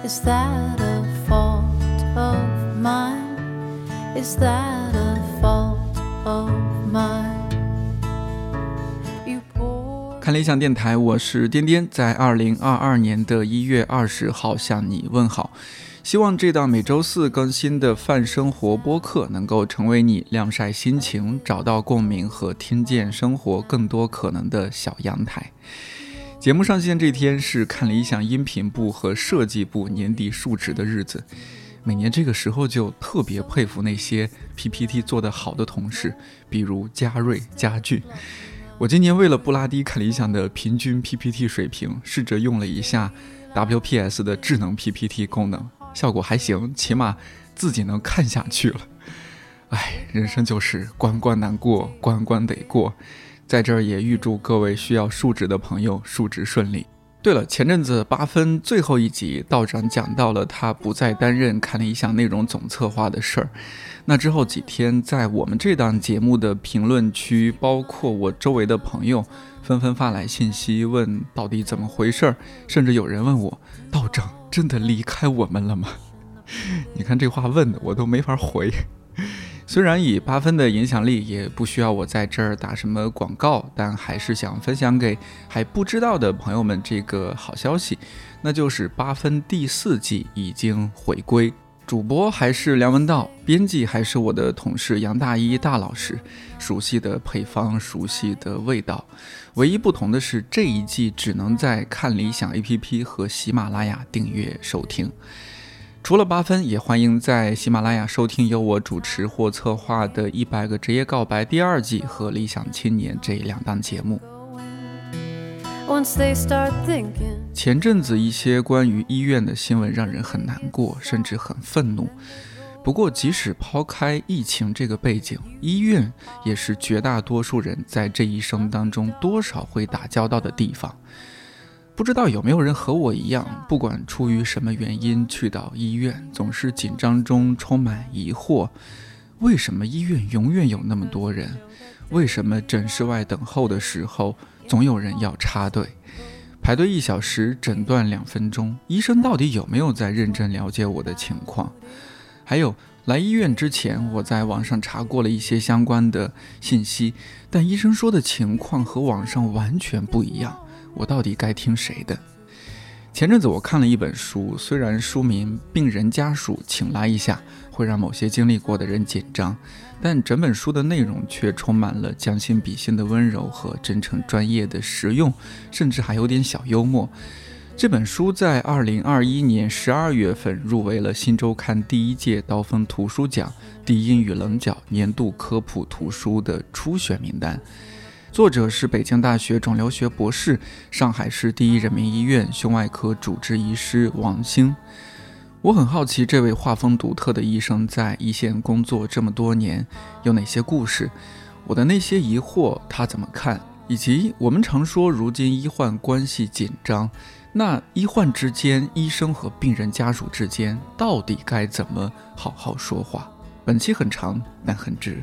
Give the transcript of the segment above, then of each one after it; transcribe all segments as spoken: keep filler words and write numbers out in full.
Is that a fault of mine? Is that a fault of mine? 看理想电台，我是颠颠，在二零二二年的一月二十号向你问好。希望这档每周四更新的泛生活播客能够成为你晾晒心情、找到共鸣和听见生活更多可能的小阳台。节目上线这天是看理想音频部和设计部年底述职的日子，每年这个时候就特别佩服那些 P P T 做得好的同事，比如嘉瑞、嘉俊。我今年为了不拉低看理想的平均 P P T 水平，试着用了一下 W P S 的智能 P P T 功能，效果还行，起码自己能看下去了。哎，人生就是关关难过，关关得过。在这儿也预祝各位需要述职的朋友述职顺利。对了，前阵子八分最后一集，道长讲到了他不再担任看理想内容总策划的事儿。那之后几天，在我们这档节目的评论区，包括我周围的朋友纷纷发来信息，问到底怎么回事，甚至有人问我，道长真的离开我们了吗？你看这话问的我都没法回。虽然以八分的影响力，也不需要我在这儿打什么广告，但还是想分享给还不知道的朋友们这个好消息，那就是八分第四季已经回归，主播还是梁文道，编辑还是我的同事杨大一大老师，熟悉的配方，熟悉的味道，唯一不同的是这一季只能在看理想 A P P 和喜马拉雅订阅收听。除了八分，也欢迎在喜马拉雅收听由我主持或策划的一百个职业告白第二季和理想青年这两档节目。前阵子一些关于医院的新闻让人很难过，甚至很愤怒。不过即使抛开疫情这个背景，医院也是绝大多数人在这一生当中多少会打交道的地方。不知道有没有人和我一样，不管出于什么原因去到医院，总是紧张中充满疑惑。为什么医院永远有那么多人？为什么诊室外等候的时候总有人要插队？排队一小时，诊断两分钟，医生到底有没有在认真了解我的情况？还有，来医院之前，我在网上查过了一些相关的信息，但医生说的情况和网上完全不一样。我到底该听谁的？前阵子我看了一本书，虽然书名《病人家属请来一下》会让某些经历过的人紧张，但整本书的内容却充满了将心比心的温柔和真诚专业的实用，甚至还有点小幽默。这本书在二零二一年十二月份入围了新周刊第一届刀锋图书奖第一英语棱角年度科普图书的初选名单。作者是北京大学肿瘤学博士，上海市第一人民医院胸外科主治医师王兴。我很好奇这位画风独特的医生在一线工作这么多年有哪些故事，我的那些疑惑他怎么看，以及我们常说如今医患关系紧张，那医患之间，医生和病人家属之间到底该怎么好好说话？本期很长，但很值。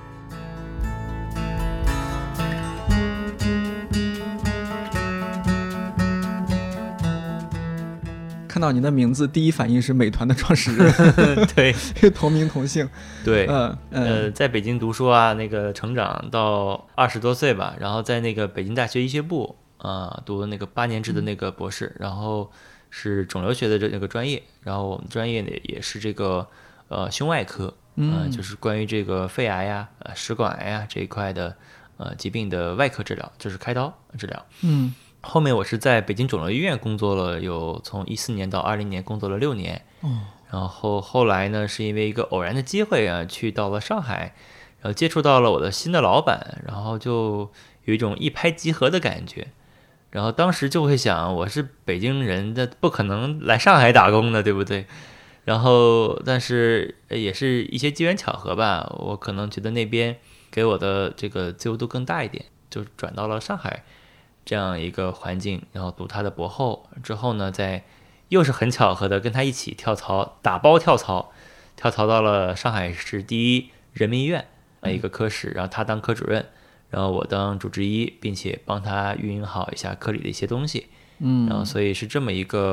看到你的名字，第一反应是美团的创始人， 对， 同名同姓， 对， 呃呃，在北京读书啊，那个成长到二十多岁吧，然后在那个北京大学医学部啊、呃、读了那个八年制的那个博士，然后是肿瘤学的这个专业，然后我们专业呢也是这个呃胸外科，呃、嗯，就是关于这个肺癌呀、呃食管癌呀这一块的呃疾病的外科治疗，就是开刀治疗， 嗯。 后面我是在北京肿瘤医院工作了，有从一四年到二零年工作了六年， 哦， 然后后来呢是因为一个偶然的机会啊，去到了上海，然后接触到了我的新的老板，然后就有一种一拍即合的感觉，然后当时就会想，我是北京人，这不可能来上海打工的，对不对？然后但是也是一些机缘巧合吧，我可能觉得那边给我的这个自由度更大一点，就转到了上海这样一个环境，然后读他的博后之后呢，在又是很巧合的跟他一起跳槽，打包跳槽，跳槽到了上海市第一人民医院一个科室，然后他当科主任，然后我当主治医，并且帮他运营好一下科里的一些东西， 嗯， 然后所以是这么一个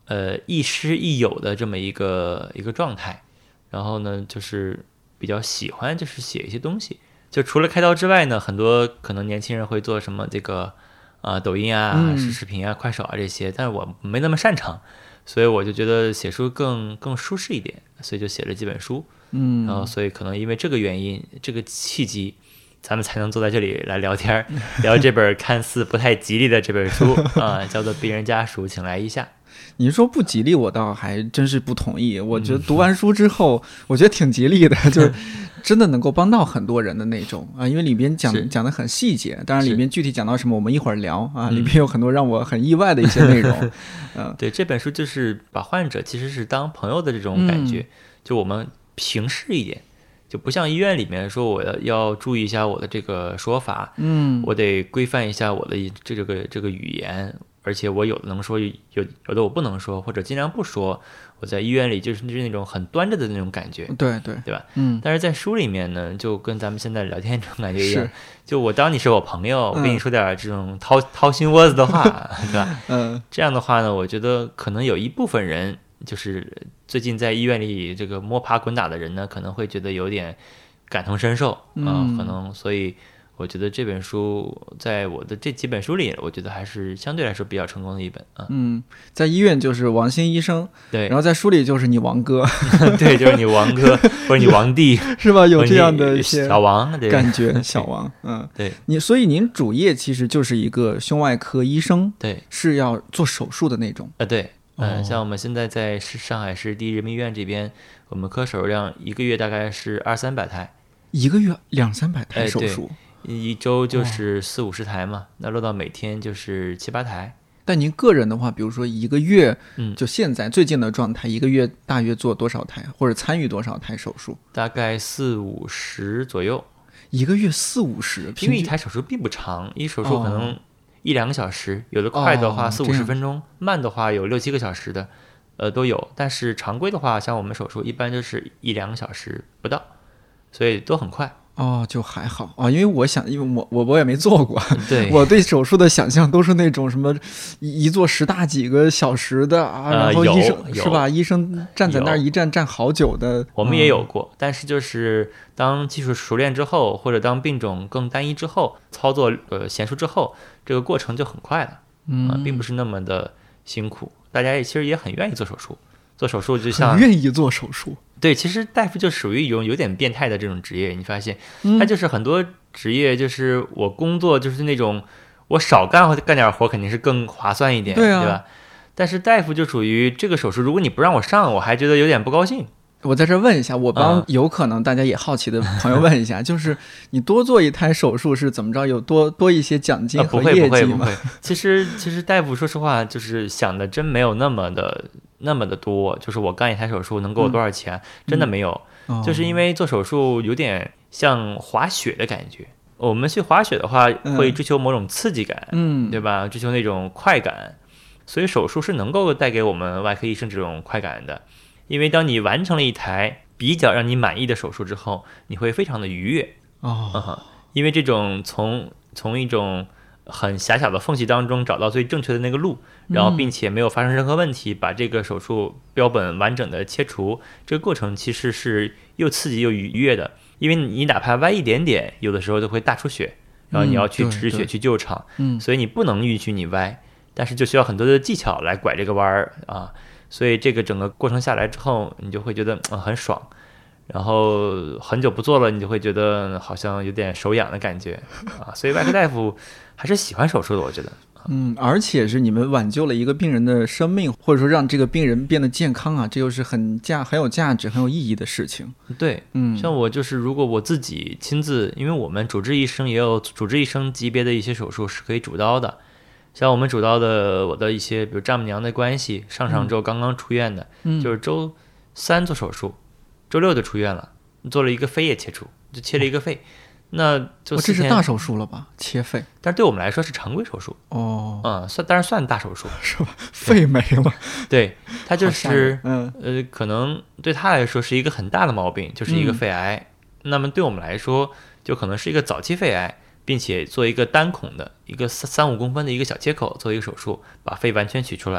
呃亦师亦友的这么一个一个状态。然后呢，就是比较喜欢就是写一些东西。就除了开刀之外呢，很多可能年轻人会做什么这个啊、呃、抖音啊、 嗯、 视视频啊、快手啊这些，但是我没那么擅长，所以我就觉得写书更更舒适一点，所以就写了几本书。 嗯， 然后所以可能因为这个原因，这个契机，咱们才能坐在这里来聊天，聊这本看似不太吉利的这本书啊、呃，叫做《病人家属，请来一下》。 你说不吉利，我倒还真是不同意。我觉得读完书之后，嗯、我觉得挺吉利的，就是真的能够帮到很多人的那种啊。因为里边讲讲的很细节，当然里面具体讲到什么，我们一会儿聊啊。里边有很多让我很意外的一些内容。嗯， 对，这本书就是把患者其实是当朋友的这种感觉，嗯、就我们平视一点。就不像医院里面说我要要注意一下我的这个说法，嗯，我得规范一下我的这这个这个语言，而且我有的能说，有有的我不能说，或者尽量不说。我在医院里就是就是那种很端着的那种感觉， 对对对吧？ 嗯。 但是在书里面呢，就跟咱们现在聊天这种感觉一样，就我当你是我朋友，我跟你说点这种掏掏心窝子的话，对吧？嗯。这样的话呢，我觉得可能有一部分人。就是最近在医院里这个摸爬滚打的人呢，可能会觉得有点感同身受啊、嗯呃，可能所以我觉得这本书在我的这几本书里，我觉得还是相对来说比较成功的一本啊。 嗯，在医院就是王鑫医生， 对， 然后在书里就是你王哥， 对，就是你王哥或者你王弟， 是吧？有这样的一些小王感觉，小王，嗯， 对你，所以您主业其实就是一个胸外科医生， 对， 是要做手术的那种啊，对。嗯，像我们现在在上海市第一人民医院这边，我们科手术量一个月大概是二三百台， 一个月两三百台手术， 哎、一周就是四五十台嘛，那落到每天就是七八台。 但您个人的话，比如说一个月，嗯，就现在最近的状态，一个月大约做多少台，或者参与多少台手术？ 大概四五十左右。 一个月四五十， 因为一台手术并不长，一手术可能、哦。一两个小时，有的快的话四五十分钟，慢的话有六七个小时的，呃都有。但是常规的话，像我们手术一般就是一两个小时不到，所以都很快。 哦，就还好啊，因为我想，因为我我我也没做过， 对， 我对手术的想象都是那种什么一一做十大几个小时的啊，然后医生、 呃、 是吧？医生站在那儿一站站好久的。 我们也有过，嗯、但是就是当技术熟练之后，或者当病种更单一之后，操作呃娴熟之后，这个过程就很快了，嗯、呃，并不是那么的辛苦。大家也其实也很愿意做手术，做手术就像很愿意做手术。 对，其实大夫就属于一种有点变态的这种职业，你发现，他就是很多职业，就是我工作就是那种我少干干点活肯定是更划算一点， 对啊， 对吧？但是大夫就属于这个手术，如果你不让我上，我还觉得有点不高兴。 我在这问一下，我帮有可能大家也好奇的朋友问一下，嗯、就是你多做一台手术是怎么着？有多多一些奖金和业绩吗？ 啊、不会不会不会。其实其实大夫说实话，就是想的真没有那么的那么的多。就是我干一台手术能给我多少钱？嗯、真的没有、嗯。就是因为做手术有点像滑雪的感觉。我们去滑雪的话，会追求某种刺激感，嗯，对吧？追求那种快感，所以手术是能够带给我们外科医生这种快感的。因为当你完成了一台比较让你满意的手术之后，你会非常的愉悦哦、 嗯，因为这种从从一种很狭小的缝隙当中找到最正确的那个路，然后并且没有发生任何问题，把这个手术标本完整的切除，这个过程其实是又刺激又愉悦的。因为你哪怕歪一点点，有的时候都会大出血，然后你要去止血去救场， 嗯， 所以你不能允许你歪，但是就需要很多的技巧来拐这个弯儿啊。所以这个整个过程下来之后，你就会觉得、呃、很爽，然后很久不做了，你就会觉得好像有点手痒的感觉啊。所以外科大夫还是喜欢手术的，我觉得。 嗯，而且是你们挽救了一个病人的生命，或者说让这个病人变得健康啊，这又是很价很有价值、很有意义的事情。 对，嗯，像我就是，如果我自己亲自，因为我们主治医生也有主治医生级别的一些手术是可以主刀的。像我们主刀的我的一些，比如丈母娘的关系，上上周刚刚出院的， 嗯、 就是周三做手术，周六就出院了，做了一个肺叶切除，就切了一个肺，哦、那就这是大手术了吧？切肺， 但是对我们来说是常规手术哦， 嗯，算当然算大手术是吧？肺没了， 对，他就是嗯呃，可能对他来说是一个很大的毛病，就是一个肺癌，嗯、那么对我们来说，就可能是一个早期肺癌。并且做一个单孔的一个三三五公分的一个小切口，做一个手术，把肺完全取出来。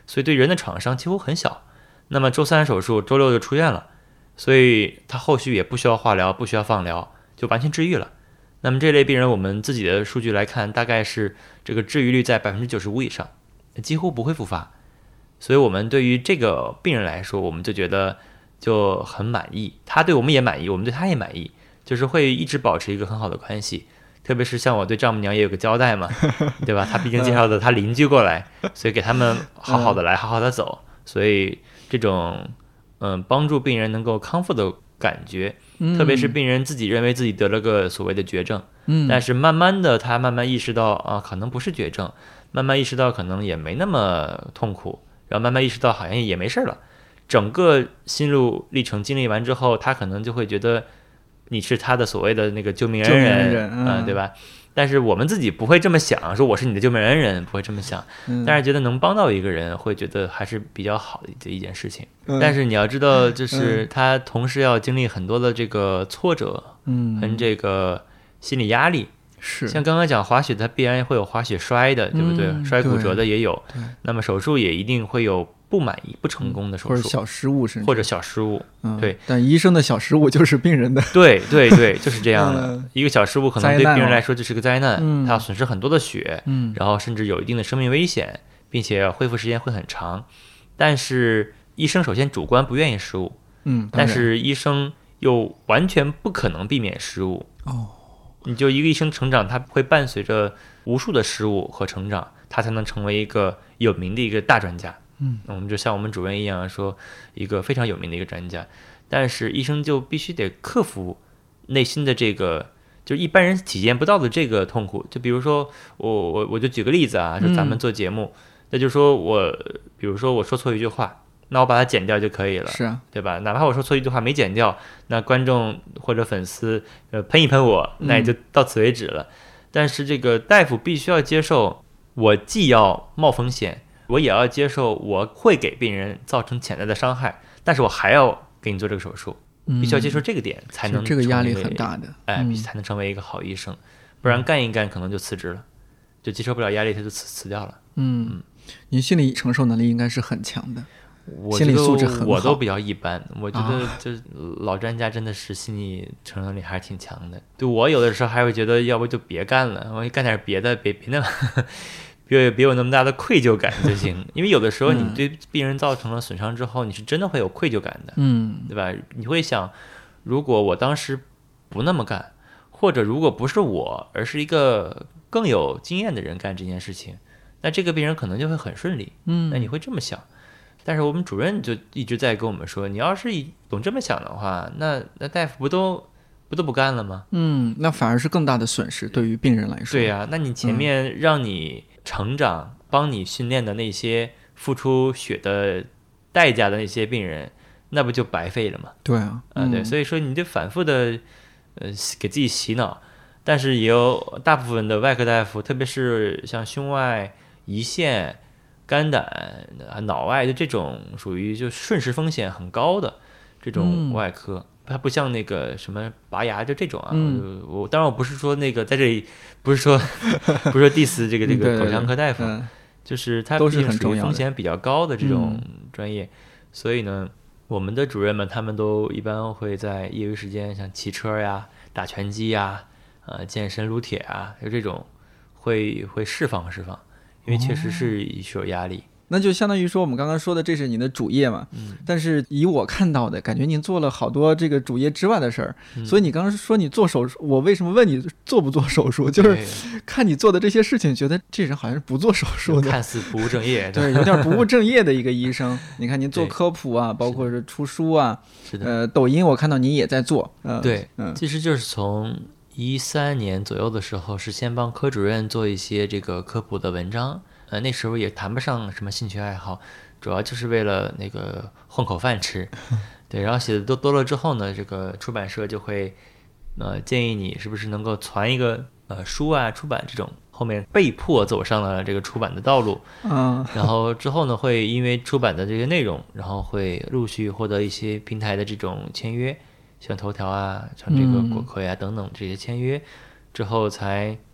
所以对人的创伤几乎很小。那么周三手术，周六就出院了，所以他后续也不需要化疗，不需要放疗，就完全治愈了。那么这类病人，我们自己的数据来看，大概是这个治愈率在百分之九十五以上，几乎不会复发。所以我们对于这个病人来说，我们就觉得就很满意，他对我们也满意，我们对他也满意，就是会一直保持一个很好的关系。特别是像我对丈母娘也有个交代嘛，对吧？他毕竟介绍的他邻居过来，所以给他们好好的来，好好的走。所以这种嗯帮助病人能够康复的感觉，特别是病人自己认为自己得了个所谓的绝症，嗯，但是慢慢的他慢慢意识到啊，可能不是绝症，慢慢意识到可能也没那么痛苦，然后慢慢意识到好像也没事了。整个心路历程经历完之后，他可能就会觉得你是他的所谓的那个救命恩人，嗯、呃，对吧？但是我们自己不会这么想，说我是你的救命恩人，不会这么想。嗯、但是觉得能帮到一个人，会觉得还是比较好的一件事情。嗯、但是你要知道，就是他同时要经历很多的这个挫折，嗯，跟这个心理压力。 是， 像刚刚讲滑雪，它必然会有滑雪摔的，对不对？嗯、摔骨折的也有。那么手术也一定会有不满意、不成功的手术， 或者小失误，甚至或者小失误。嗯、对， 但医生的小失误就是病人的。 对对对，就是这样的。嗯、一个小失误可能对病人来说就是个灾难，嗯、他要损失很多的血，嗯、然后甚至有一定的生命危险，并且恢复时间会很长。但是医生首先主观不愿意失误，嗯，但是医生又完全不可能避免失误。哦。你就一个医生成长，他会伴随着无数的失误和成长，他才能成为一个有名的一个大专家。嗯，我们就像我们主任一样，说一个非常有名的一个专家。但是医生就必须得克服内心的这个，就一般人体验不到的这个痛苦。就比如说我我我就举个例子啊，就咱们做节目，嗯、那就是说我比如说我说错一句话。那我把它剪掉就可以了， 是啊， 对吧？哪怕我说错一句话没剪掉，那观众或者粉丝呃喷一喷我，那也就到此为止了。嗯、但是这个大夫必须要接受，我既要冒风险，我也要接受我会给病人造成潜在的伤害，但是我还要给你做这个手术，嗯、必须要接受这个点，才能这个压力很大的， 哎，嗯、才能成为一个好医生，不然干一干可能就辞职了，就接受不了压力，他就辞辞掉了。 嗯，嗯您心理承受能力应该是很强的。 我心理素质很好， 我都比较一般。我觉得就是老专家真的是心理承受能力还是挺强的。对我有的时候还会觉得，要不就别干了，我干点别的，别别那么别别有那么大的愧疚感就行。因为有的时候你对病人造成了损伤之后，你是真的会有愧疚感的，嗯，对吧？你会想，如果我当时不那么干，或者如果不是我，而是一个更有经验的人干这件事情，那这个病人可能就会很顺利。嗯，那你会这么想。但是我们主任就一直在跟我们说，你要是总这么想的话，那那大夫不都不都不干了吗？ 嗯，那反而是更大的损失对于病人来说。 对呀、啊，那你前面让你成长、嗯、帮你训练的那些付出血的代价的那些病人，那不就白费了吗？ 对啊， 嗯、啊对，所以说你就反复的呃给自己洗脑，但是也有大部分的外科大夫，特别是像胸外、胰腺。肝胆、脑外的这种属于就瞬时风险很高的这种外科，嗯、它不像那个什么拔牙就这种啊。嗯、我当然我不是说那个在这里不是说不是说 diss 这个这个口腔科大夫，嗯、就是它毕竟属于风险比较高的这种专业，所以呢，我们的主任们他们都一般会在业余时间像骑车呀、打拳击呀、呃健身撸铁啊，就这种会会释放释放。因为确实是是有压力、哦， 那就相当于说我们刚刚说的这是你的主业嘛，嗯、但是以我看到的感觉您做了好多这个主业之外的事儿，嗯、所以你刚刚说你做手术，我为什么问你做不做手术，就是看你做的这些事情，觉得这人好像是不做手术的， 看似不务正业， 对，有点不务正业的一个医生。你看您做科普啊，包括是出书啊， 是的， 呃，抖音我看到您也在做，呃、 对，嗯，其实就是从一三年左右的时候，是先帮科主任做一些这个科普的文章，呃，那时候也谈不上什么兴趣爱好，主要就是为了那个混口饭吃，对。然后写的多多了之后呢，这个出版社就会呃建议你是不是能够传一个呃书啊出版这种，后面被迫走上了这个出版的道路，嗯。然后之后呢，会因为出版的这些内容，然后会陆续获得一些平台的这种签约。像头条啊，像这个果壳呀等等这些签约之后，才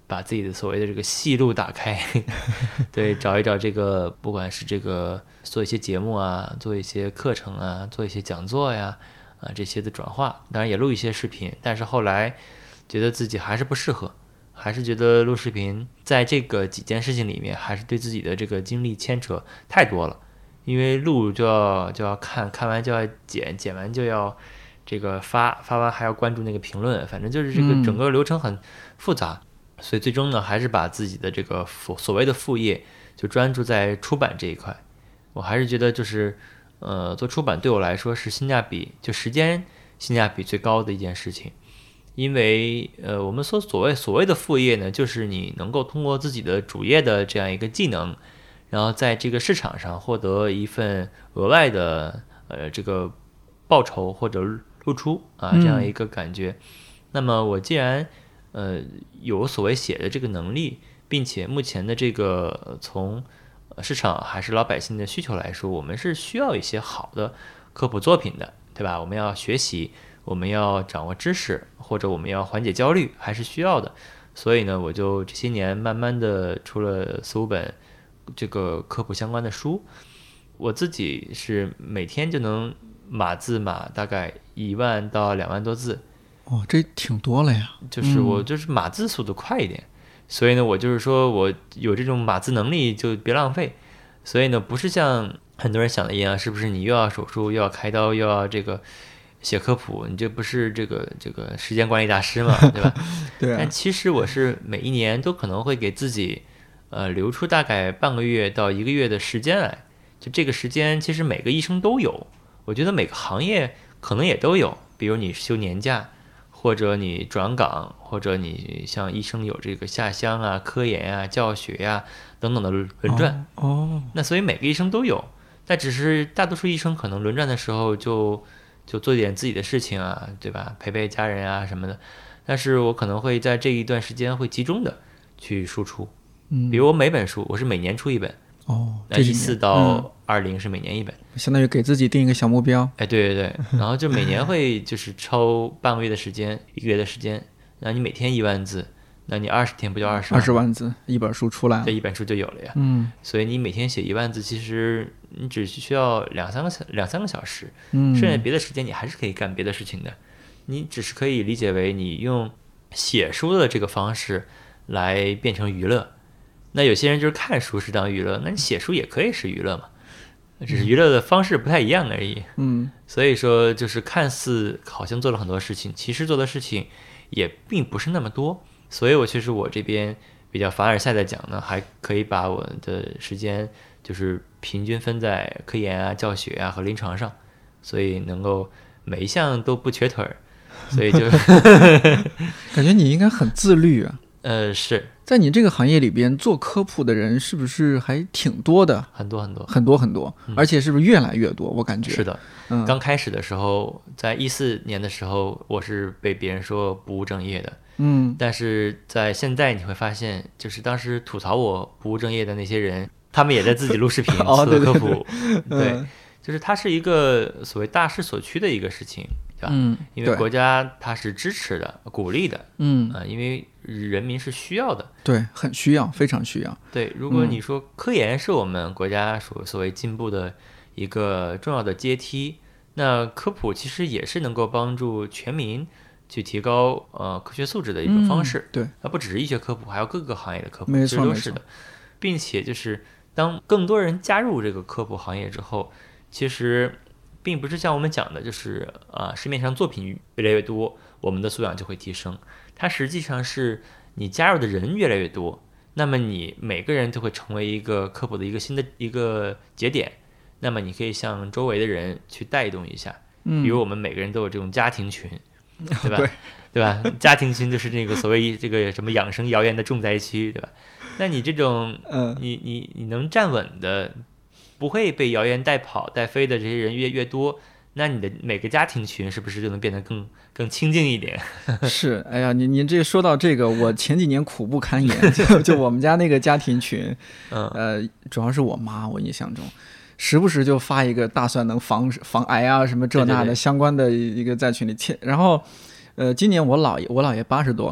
把自己的所谓的这个戏路打开，对，找一找这个，不管是这个做一些节目啊，做一些课程啊，做一些讲座呀，啊这些的转化，当然也录一些视频，但是后来觉得自己还是不适合，还是觉得录视频在这个几件事情里面，还是对自己的这个精力牵扯太多了，因为录就要就要看，看完就要剪，剪完就要这个发，发完还要关注那个评论，反正就是这个整个流程很复杂。嗯，所以最终呢，还是把自己的这个所谓的副业就专注在出版这一块。我还是觉得就是，呃，做出版对我来说是性价比，就时间性价比最高的一件事情。因为呃，我们说所谓所谓的副业呢，就是你能够通过自己的主业的这样一个技能，然后在这个市场上获得一份额外的呃这个报酬或者露出啊这样一个感觉。嗯、那么我既然呃，有所谓写的这个能力，并且目前的这个从市场还是老百姓的需求来说，我们是需要一些好的科普作品的，对吧？我们要学习，我们要掌握知识，或者我们要缓解焦虑，还是需要的。所以呢，我就这些年慢慢的出了四五本这个科普相关的书，我自己是每天就能码字码大概一万到两万多字。 哦，这挺多了呀！ 就是我就是码字速度快一点，嗯、所以呢，我就是说我有这种码字能力就别浪费。所以呢，不是像很多人想的一样，是不是你又要手术又要开刀又要这个写科普，你这不是这个这个时间管理大师嘛，对吧？ 对啊。 但其实我是每一年都可能会给自己呃留出大概半个月到一个月的时间来，就这个时间其实每个医生都有，我觉得每个行业可能也都有，比如你休年假。或者你转岗，或者你像医生有这个下乡啊、科研啊、教学呀、啊、等等的轮转。 哦。哦。 那所以每个医生都有，但只是大多数医生可能轮转的时候就就做点自己的事情啊，对吧？陪陪家人啊什么的。但是我可能会在这一段时间会集中的去输出。嗯。比如我每本书，我是每年出一本。 哦。 那一四到二零是每年一本。 相当于给自己定一个小目标。 哎，对对对，然后就每年会就是抽半个月的时间，一个月的时间，那你每天一万字，那你二十天不就二十二十万字，一本书出来了， 这一本书就有了呀。 嗯， 所以你每天写一万字，其实你只需要两三个两三个小时， 嗯， 剩下别的时间你还是可以干别的事情的，你只是可以理解为你用写书的这个方式来变成娱乐。那有些人就是看书是当娱乐，那你写书也可以是娱乐嘛。只是娱乐的方式不太一样而已。 嗯， 所以说就是看似好像做了很多事情，其实做的事情也并不是那么多。所以我其实我这边比较凡尔赛的讲呢，还可以把我的时间就是平均分在科研啊、教学啊和临床上，所以能够每一项都不缺腿儿，所以就感觉你应该很自律啊。 呃，是在你这个行业里边做科普的人是不是还挺多的？ 很多很多很多很多，嗯、而且是不是越来越多？我感觉是的。嗯，刚开始的时候，在一四年的时候，我是被别人说不务正业的。 嗯， 但是在现在你会发现，就是当时吐槽我不务正业的那些人，他们也在自己录视频哦、 做科普。 对, 对, 对, 对，就是它是一个所谓大势所趋的一个事情。对吧？ 嗯， 因为国家它是支持的、鼓励的， 嗯啊、呃，因为人民是需要的， 对，很需要，非常需要。 对，如果你说科研是我们国家所所谓进步的一个重要的阶梯，那科普其实也是能够帮助全民去提高呃科学素质的一种方式。 嗯、对， 它不只是医学科普，还有各个行业的科普， 没错，都是的。并且就是当更多人加入这个科普行业之后，其实并不是像我们讲的，就是啊、呃，市面上作品越来越多，我们的素养就会提升。它实际上是你加入的人越来越多，那么你每个人都会成为一个科普的一个新的一个节点。那么你可以向周围的人去带动一下， 嗯， 比如我们每个人都有这种家庭群，对吧？ 对, 对吧？家庭群就是那个所谓这个什么养生谣言的重灾区，对吧？那你这种， 嗯， 你你你能站稳的，不会被谣言带跑带飞的这些人越越多，那你的每个家庭群是不是就能变得更更清静一点？ 是，哎呀，您您这说到这个，我前几年苦不堪言，就就我们家那个家庭群， 嗯， 呃，主要是我妈，我印象中，时不时就发一个大蒜能防防癌啊什么这那的相关的一个在群里，然后，呃，今年我姥爷我姥爷八十多了嘛。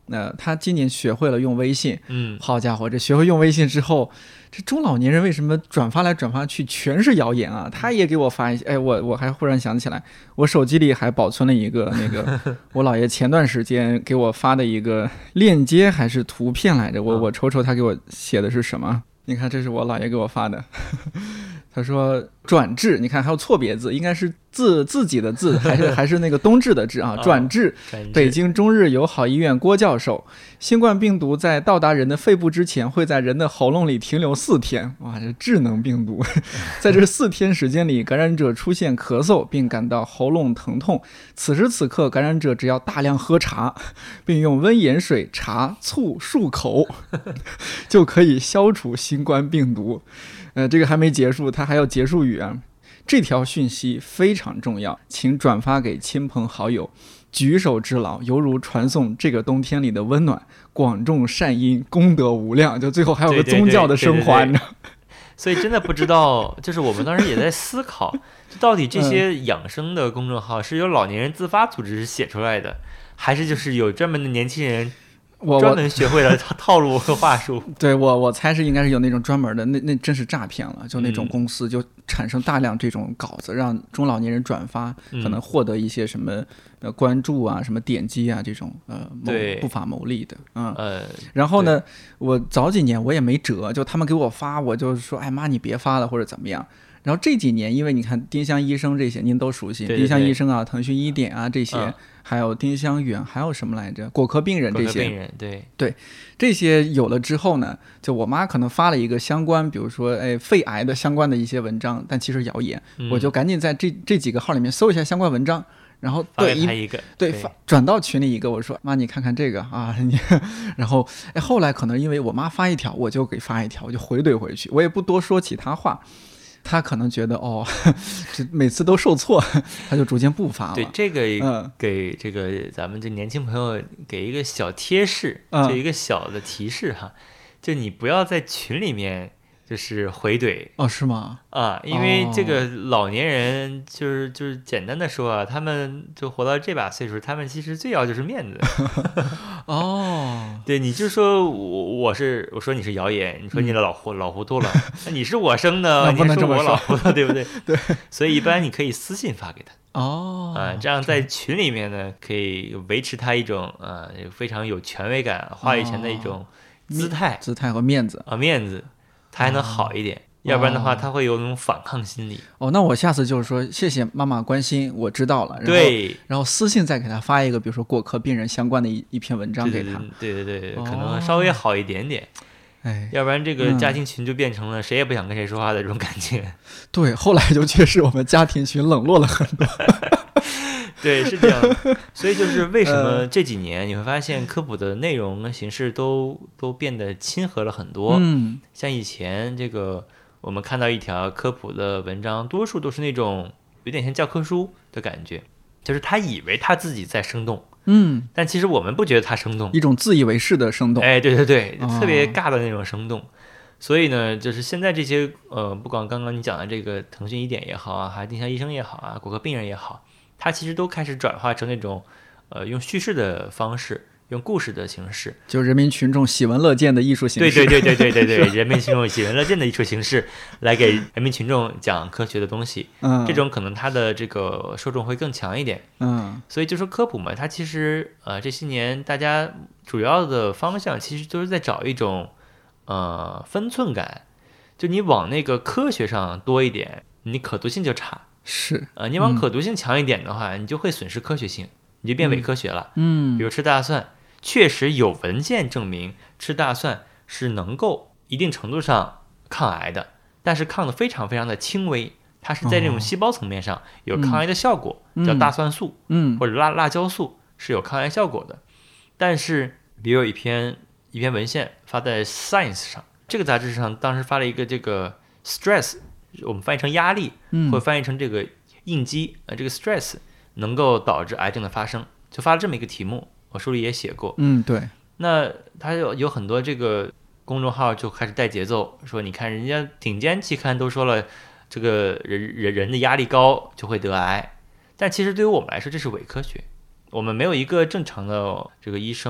呃，他今年学会了用微信， 嗯， 好家伙，这学会用微信之后，这中老年人为什么转发来转发去全是谣言啊？他也给我发一些，哎，我我还忽然想起来，我手机里还保存了一个那个我姥爷前段时间给我发的一个链接还是图片来着，我我瞅瞅他给我写的是什么？你看，这是我姥爷给我发的。他说转制，你看还有错别字，应该是自自己的字，还是还是那个冬至的至啊？转制。北京中日友好医院郭教授，新冠病毒在到达人的肺部之前，会在人的喉咙里停留四天。哇，这智能病毒，在这四天时间里，感染者出现咳嗽，并感到喉咙疼痛。此时此刻，感染者只要大量喝茶，并用温盐水、茶、醋漱口，就可以消除新冠病毒。呃，这个还没结束，它还要结束语啊。这条讯息非常重要，请转发给亲朋好友，举手之劳，犹如传送这个冬天里的温暖，广种善因，功德无量。就最后还有个宗教的升华，你知道。 所以真的不知道，就是我们当时也在思考，就到底这些养生的公众号是由老年人自发组织写出来的，还是就是有专门的年轻人我专门学会了套路和话术。 对，我我猜是应该是有那种专门的，那那真是诈骗了，就那种公司就产生大量这种稿子，让中老年人转发， 嗯、 可能获得一些什么呃关注啊、什么点击啊这种呃不法牟利的，嗯呃， 然后呢，我早几年我也没辙，就他们给我发，我就说，哎妈，你别发了或者怎么样。然后这几年，因为你看丁香医生这些您都熟悉， 对对对， 丁香医生啊、腾讯医典啊这些。嗯，还有丁香远，还有什么来着？果壳病人这些， 果壳病人，对对，这些有了之后呢，就我妈可能发了一个相关，比如说哎肺癌的相关的一些文章，但其实谣言， 嗯、 我就赶紧在这这几个号里面搜一下相关文章，然后对一一个对发转到群里一个，我说妈你看看这个啊，你然后哎后来可能因为我妈发一条，我就给发一条，我就回怼回去，我也不多说其他话。他可能觉得哦，这每次都受挫，他就逐渐不发了。 对，这个给这个咱们这年轻朋友给一个小贴士， 嗯、 就一个小的提示哈，就你不要在群里面就是回怼哦，是吗？ 啊，因为这个老年人就是就是简单的说啊，他们就活到这把岁数，他们其实最要就是面子。 哦， 对，你就说我我是我说你是谣言，你说你老糊、嗯、老糊涂了，那你是我生的， 不能这么说， 你是我老糊涂，对不对？ 对， 所以一般你可以私信发给他。 哦， 啊，这样在群里面呢，可以维持他一种呃非常有权威感、话语权的一种姿态、 哦、姿态和面子啊，面子，他还能好一点。哦，要不然的话，他会有那种反抗心理。 哦，那我下次就是说，谢谢妈妈关心，我知道了。然后对， 然后私信再给他发一个，比如说果壳病人相关的一一篇文章给他。 对对对对，哦，可能稍微好一点点。 哎， 要不然这个家庭群就变成了谁也不想跟谁说话的这种感觉。 嗯，对，后来就确实我们家庭群冷落了很多。 对，是这样。所以就是为什么这几年你会发现科普的内容跟形式都都变得亲和了很多。 嗯， 像以前这个。我们看到一条科普的文章，多数都是那种有点像教科书的感觉，就是他以为他自己在生动， 嗯， 但其实我们不觉得他生动， 一种自以为是的生动。 哎，对对对， 哦， 特别尬的那种生动。所以呢，就是现在这些呃，不管刚刚你讲的这个腾讯医典也好啊，还是丁香医生也好啊，果壳病人也好，它其实都开始转化成那种呃用叙事的方式。用故事的形式， 就人民群众喜闻乐见的艺术形式。 对对对对对对对，人民群众喜闻乐见的艺术形式，来给人民群众讲科学的东西。 嗯， 这种可能它的这个受众会更强一点。 嗯， 所以就说科普嘛，它其实呃这些年大家主要的方向其实都是在找一种呃分寸感，就你往那个科学上多一点，你可读性就差。 是， 呃，你往可读性强一点的话，嗯，你就会损失科学性。你就变伪科学了， 嗯， 比如吃大蒜，确实有文献证明吃大蒜是能够一定程度上抗癌的，但是抗的非常非常的轻微，它是在这种细胞层面上有抗癌的效果， 嗯， 叫大蒜素， 嗯， 或者辣辣椒素是有抗癌效果的。但是，比如有一篇一篇文献发在 Science 上，这个杂志上当时发了一个这个 stress， 我们翻译成压力， 嗯， 或翻译成这个应激，呃，这个 stress。能够导致癌症的发生，就发了这么一个题目，我书里也写过。 嗯，对。 那它有有很多这个公众号就开始带节奏，说你看人家顶尖期刊都说了，这个人人人的压力高就会得癌，但其实对于我们来说这是伪科学。我们没有一个正常的这个医生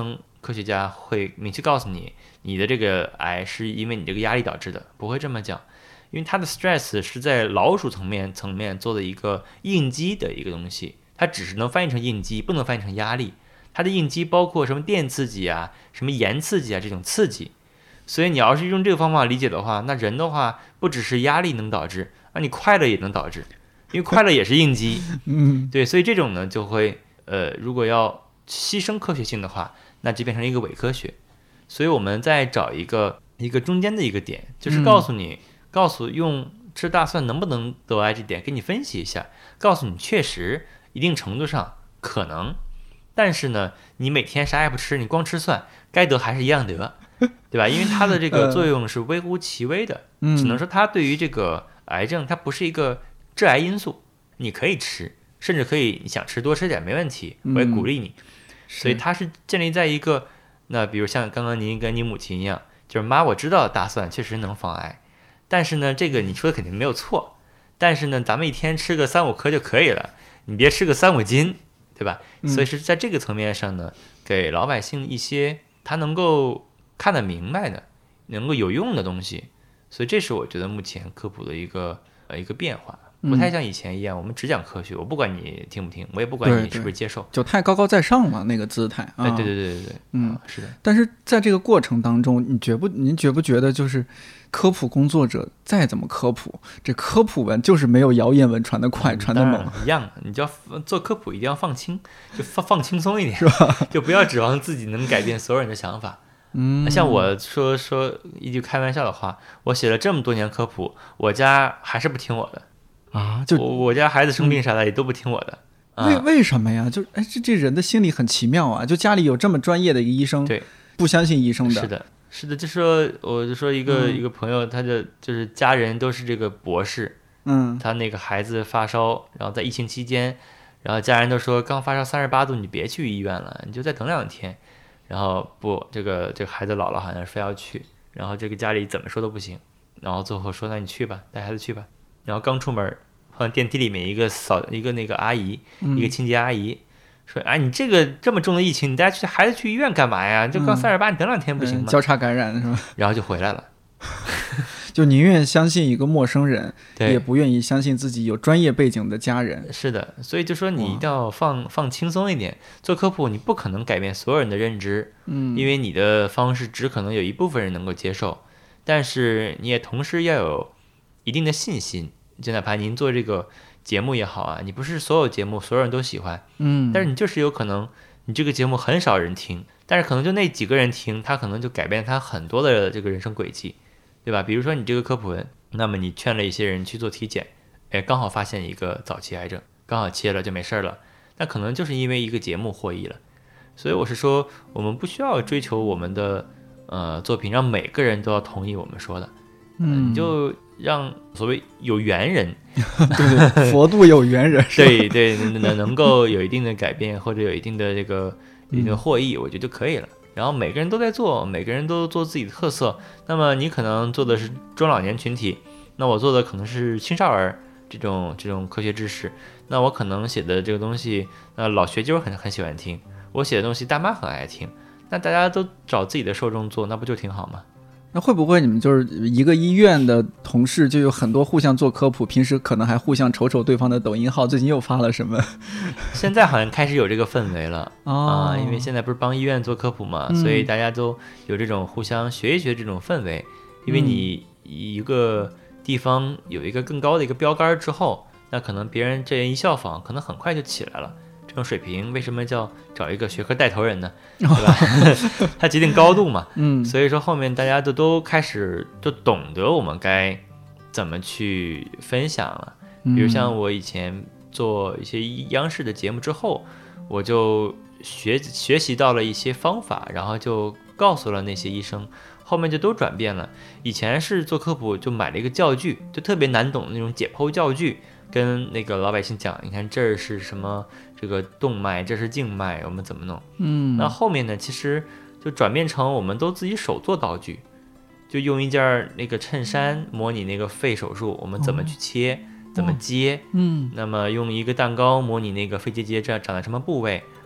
科学家会明确告诉你，你的这个癌是因为你这个压力导致的，不会这么讲，因为它的 stress 是在老鼠层面层面做的一个应激的一个东西，它只是能翻译成应激，不能翻译成压力。它的应激包括什么电刺激啊、什么盐刺激啊这种刺激，所以你要是用这个方法理解的话，那人的话不只是压力能导致，那你快乐也能导致，因为快乐也是应激。 嗯， 对，所以这种呢就会呃，如果要牺牲科学性的话，那就变成一个伪科学。所以我们再找一个一个中间的一个点，就是告诉你，嗯、告诉用吃大蒜能不能得癌这点，给你分析一下，告诉你确实一定程度上可能，但是呢，你每天啥也不吃，你光吃蒜，该得还是一样得，对吧？因为它的这个作用是微乎其微的， 嗯、 只能说它对于这个癌症，它不是一个致癌因素，你可以吃，甚至可以你想吃多吃点没问题，我也鼓励你。嗯、所以它是建立在一个。那比如像刚刚您跟你母亲一样，就是妈，我知道大蒜确实能防癌，但是呢，这个你说的肯定没有错，但是呢，咱们一天吃个三五颗就可以了，你别吃个三五斤，对吧？ 嗯、 所以是在这个层面上呢，给老百姓一些他能够看得明白的、能够有用的东西，所以这是我觉得目前科普的一个呃一个变化。不太像以前一样，我们只讲科学，我不管你听不听，我也不管你是不是接受， 就太高高在上了那个姿态啊！ 对对对对对， 嗯， 啊、是的。 但是在这个过程当中，你觉不您觉不觉得，就是科普工作者再怎么科普，这科普文就是没有谣言文传得快、嗯、传得猛一样。你就要做科普，一定要放轻，就放放轻松一点，是吧？就不要指望自己能改变所有人的想法。 嗯， 像我说说一句开玩笑的话，我写了这么多年科普，我家还是不听我的。 啊，就我我家孩子生病啥的也都不听我的， 嗯啊、为为什么呀？就哎，这这人的心理很奇妙啊！就家里有这么专业的一个医生， 对， 不相信医生的， 是的，是的。就说我就说一个、嗯、一个朋友，他的就是家人都是这个博士， 嗯， 他那个孩子发烧，然后在疫情期间，然后家人都说刚发烧三十八度，你别去医院了，你就再等两天。然后不，这个这个孩子姥姥好像是非要去，然后这个家里怎么说都不行，然后最后说那你去吧，带孩子去吧。然后刚出门，碰电梯里面一个扫一个那个阿姨， 嗯、 一个清洁阿姨，说：“哎，你这个这么重的疫情，你带去孩子去医院干嘛呀？就刚三十八，你等两天不行吗？” 嗯、交叉感染是吧？ 然后就回来了， 就宁愿相信一个陌生人，也不愿意相信自己有专业背景的家人。 是的，所以就说你一定要放放轻松一点。做科普，你不可能改变所有人的认知， 嗯， 因为你的方式只可能有一部分人能够接受，但是你也同时要有一定的信心。就哪怕您做这个节目也好啊，你不是所有节目所有人都喜欢， 嗯， 但是你就是有可能你这个节目很少人听，但是可能就那几个人听，他可能就改变他很多的这个人生轨迹，对吧？比如说你这个科普文，那么你劝了一些人去做体检，哎，刚好发现一个早期癌症，刚好切了就没事了，那可能就是因为一个节目获益了。所以我是说，我们不需要追求我们的呃作品让每个人都要同意我们说的， 嗯， 你就让所谓有缘人， 对对，佛度有缘人， 对对，能能够有一定的改变或者有一定的这个一定的获益，我觉得就可以了。然后每个人都在做，每个人都做自己的特色。那么你可能做的是中老年群体，那我做的可能是青少儿这种这种科学知识。那我可能写的这个东西，那老学究很很喜欢听，我写的东西大妈很爱听。那大家都找自己的受众做，那不就挺好吗？ 那会不会你们就是一个医院的同事，就有很多互相做科普，平时可能还互相瞅瞅对方的抖音号，最近又发了什么？ 现在好像开始有这个氛围了啊、 哦呃，因为现在不是帮医院做科普嘛、 嗯， 所以大家都有这种互相学一学这种氛围。因为你一个地方有一个更高的一个标杆之后，那可能别人这人一效仿，可能很快就起来了。这种水平为什么叫找一个学科带头人呢？对吧？他决定高度嘛。 嗯， 所以说后面大家都都开始都懂得我们该怎么去分享了。比如像我以前做一些央视的节目之后，我就学学习到了一些方法，然后就告诉了那些医生，后面就都转变了。以前是做科普就买了一个教具，就特别难懂的那种解剖教具，跟那个老百姓讲，你看这儿是什么，这个动脉，这是静脉，我们怎么弄？ 嗯， 那后面呢，其实就转变成我们都自己手做道具，就用一件那个衬衫模拟那个肺手术，我们怎么去切，哦、怎么接， 嗯， 那么用一个蛋糕模拟那个肺结节这样长在什么部位，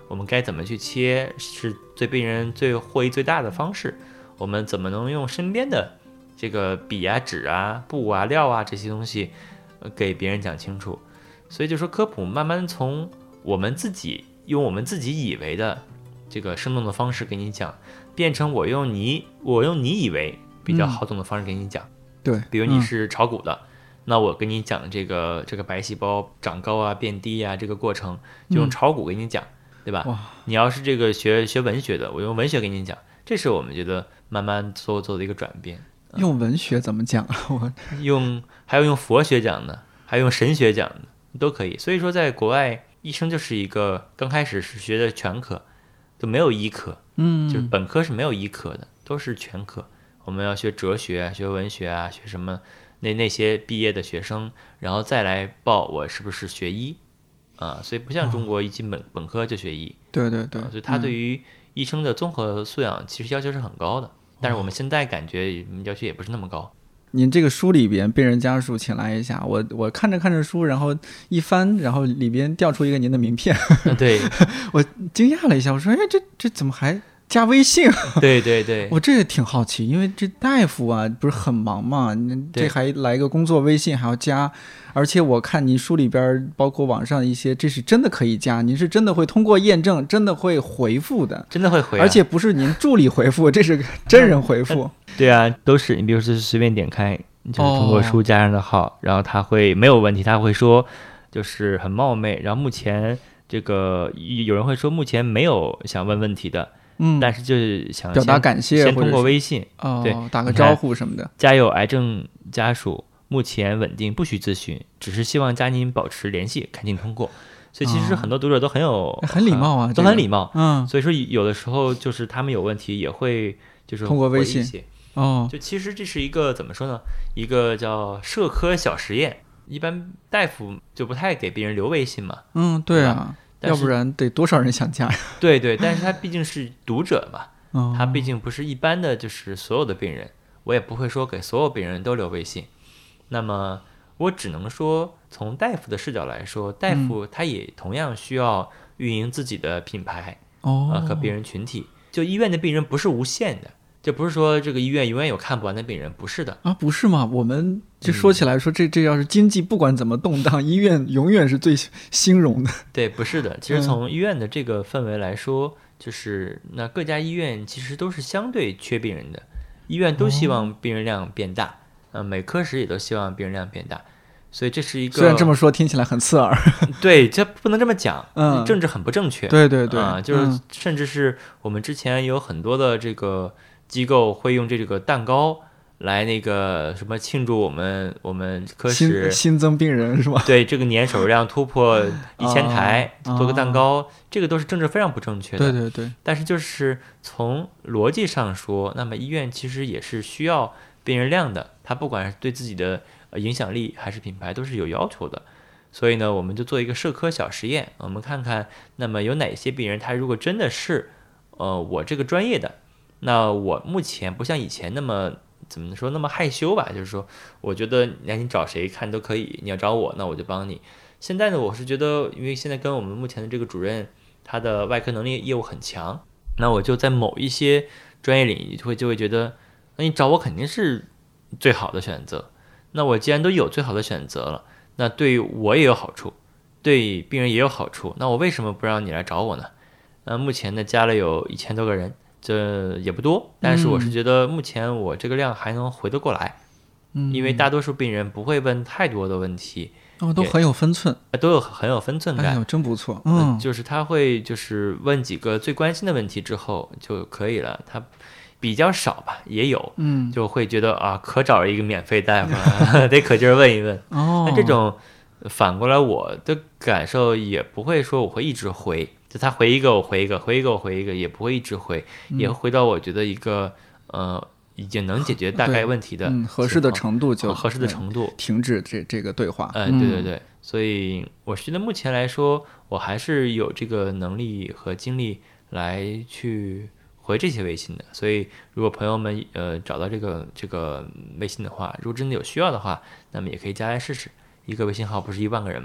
我们该怎么去切是对病人最获益最大的方式，我们怎么能用身边的这个笔啊、纸啊、布啊、料啊这些东西给别人讲清楚。所以就说科普慢慢从我们自己用我们自己以为的这个生动的方式给你讲，变成我用你我用你以为比较好懂的方式给你讲。 嗯、对， 比如你是炒股的，嗯、那我跟你讲这个这个白细胞长高啊、变低啊这个过程，就用炒股给你讲，嗯、对吧？你要是这个学学文学的，我用文学给你讲，这是我们觉得慢慢做做的一个转变。 用文学怎么讲啊？我用还有用佛学讲的，还有用神学讲的都可以。所以说，在国外，医生就是一个刚开始是学的全科，就没有医科， 嗯， 就是本科是没有医科的，都是全科。我们要学哲学、学文学啊，学什么那那些毕业的学生，然后再来报我是不是学医啊？所以不像中国一进本、哦、本科就学医， 对对对， 啊、所以他对于医生的综合素养其实要求是很高的。嗯但是我们现在感觉要求也不是那么高。 您这个书里边病人家属请来一下，我我看着看着书，然后一翻，然后里边调出一个您的名片， 对， 我惊讶了一下，我说，哎，这这怎么还加微信？ 对对对， 我这也挺好奇，因为这大夫啊不是很忙嘛，这还来个工作微信还要加，而且我看您书里边包括网上一些，这是真的可以加，您是真的会通过验证，真的会回复的， 真的会回、啊， 而且不是您助理回复，这是真人回复。 对啊，都是你比如说是随便点开，就是通过书加上的号，哦、然后他会没有问题，他会说就是很冒昧，然后目前这个有人会说目前没有想问问题的。嗯，但是就是想表达感谢， 先通过微信， 哦， 对， 打个招呼什么的。 家有癌症家属，目前稳定，不需咨询，只是希望家您保持联系，恳请通过。所以其实很多读者都很有、 哦、很礼貌啊， 都很礼貌。 嗯， 所以说有的时候就是他们有问题也会就是通过微信。哦， 就其实这是一个怎么说呢？一个叫社科小实验。一般大夫就不太给病人留微信嘛。 嗯，对啊。要不然得多少人想加呀？ 对对，但是他毕竟是读者嘛， 哦、 他毕竟不是一般的就是所有的病人，我也不会说给所有病人都留微信。那么我只能说，从大夫的视角来说，大夫他也同样需要运营自己的品牌、 哦、 呃、和病人群体。就医院的病人不是无限的。就不是说这个医院永远有看不完的病人，不是的啊，不是吗？我们就说起来说，这这要是经济不管怎么动荡，医院永远是最兴荣的。 对，不是的。其实从医院的这个氛围来说，嗯、就是那各家医院其实都是相对缺病人的，医院都希望病人量变大，呃，每科室也都希望病人量变大，所以这是一个。 虽然这么说听起来很刺耳， 对，这不能这么讲， 嗯， 政治很不正确。 对对对， 啊、呃，就是甚至是我们之前有很多的这个。机构会用这个蛋糕来那个什么庆祝我们我们科室新增病人是吧？ 对，这个年手术量突破一千台， 啊、 做个蛋糕，啊、这个都是政治非常不正确的。 对对对。 但是就是从逻辑上说，那么医院其实也是需要病人量的，它不管是对自己的影响力还是品牌都是有要求的。所以呢，我们就做一个社科小实验，我们看看那么有哪些病人，他如果真的是呃我这个专业的。那我目前不像以前那么怎么说那么害羞吧，就是说我觉得你找谁看都可以，你要找我那我就帮你。现在呢，我是觉得因为现在跟我们目前的这个主任他的外科能力业务很强，那我就在某一些专业领域就会就会觉得那你找我肯定是最好的选择。那我既然都有最好的选择了，那对我也有好处，对病人也有好处，那我为什么不让你来找我呢？那目前呢加了有一千多个人，这也不多，但是我是觉得目前我这个量还能回得过来， 嗯， 因为大多数病人不会问太多的问题， 哦，都很有分寸， 都有很有分寸感， 哎呦，真不错，嗯， 呃、就是他会就是问几个最关心的问题之后就可以了，他比较少吧，也有， 嗯， 就会觉得啊，可找一个免费大夫了，得可劲儿问一问， 哦， 那这种反过来我的感受也不会说我会一直回。就他回一个我回一个，回一个我回一个，也不会一直回， 嗯、 也会回到我觉得一个呃已经能解决大概问题的、 嗯、合适的程度就、 哦、合适的程度停止这这个对话。 呃、嗯，对对对，所以我觉得目前来说，我还是有这个能力和精力来去回这些微信的。所以如果朋友们呃找到这个这个微信的话，如果真的有需要的话，那么也可以加来试试。一个微信号不是一万个人嘛？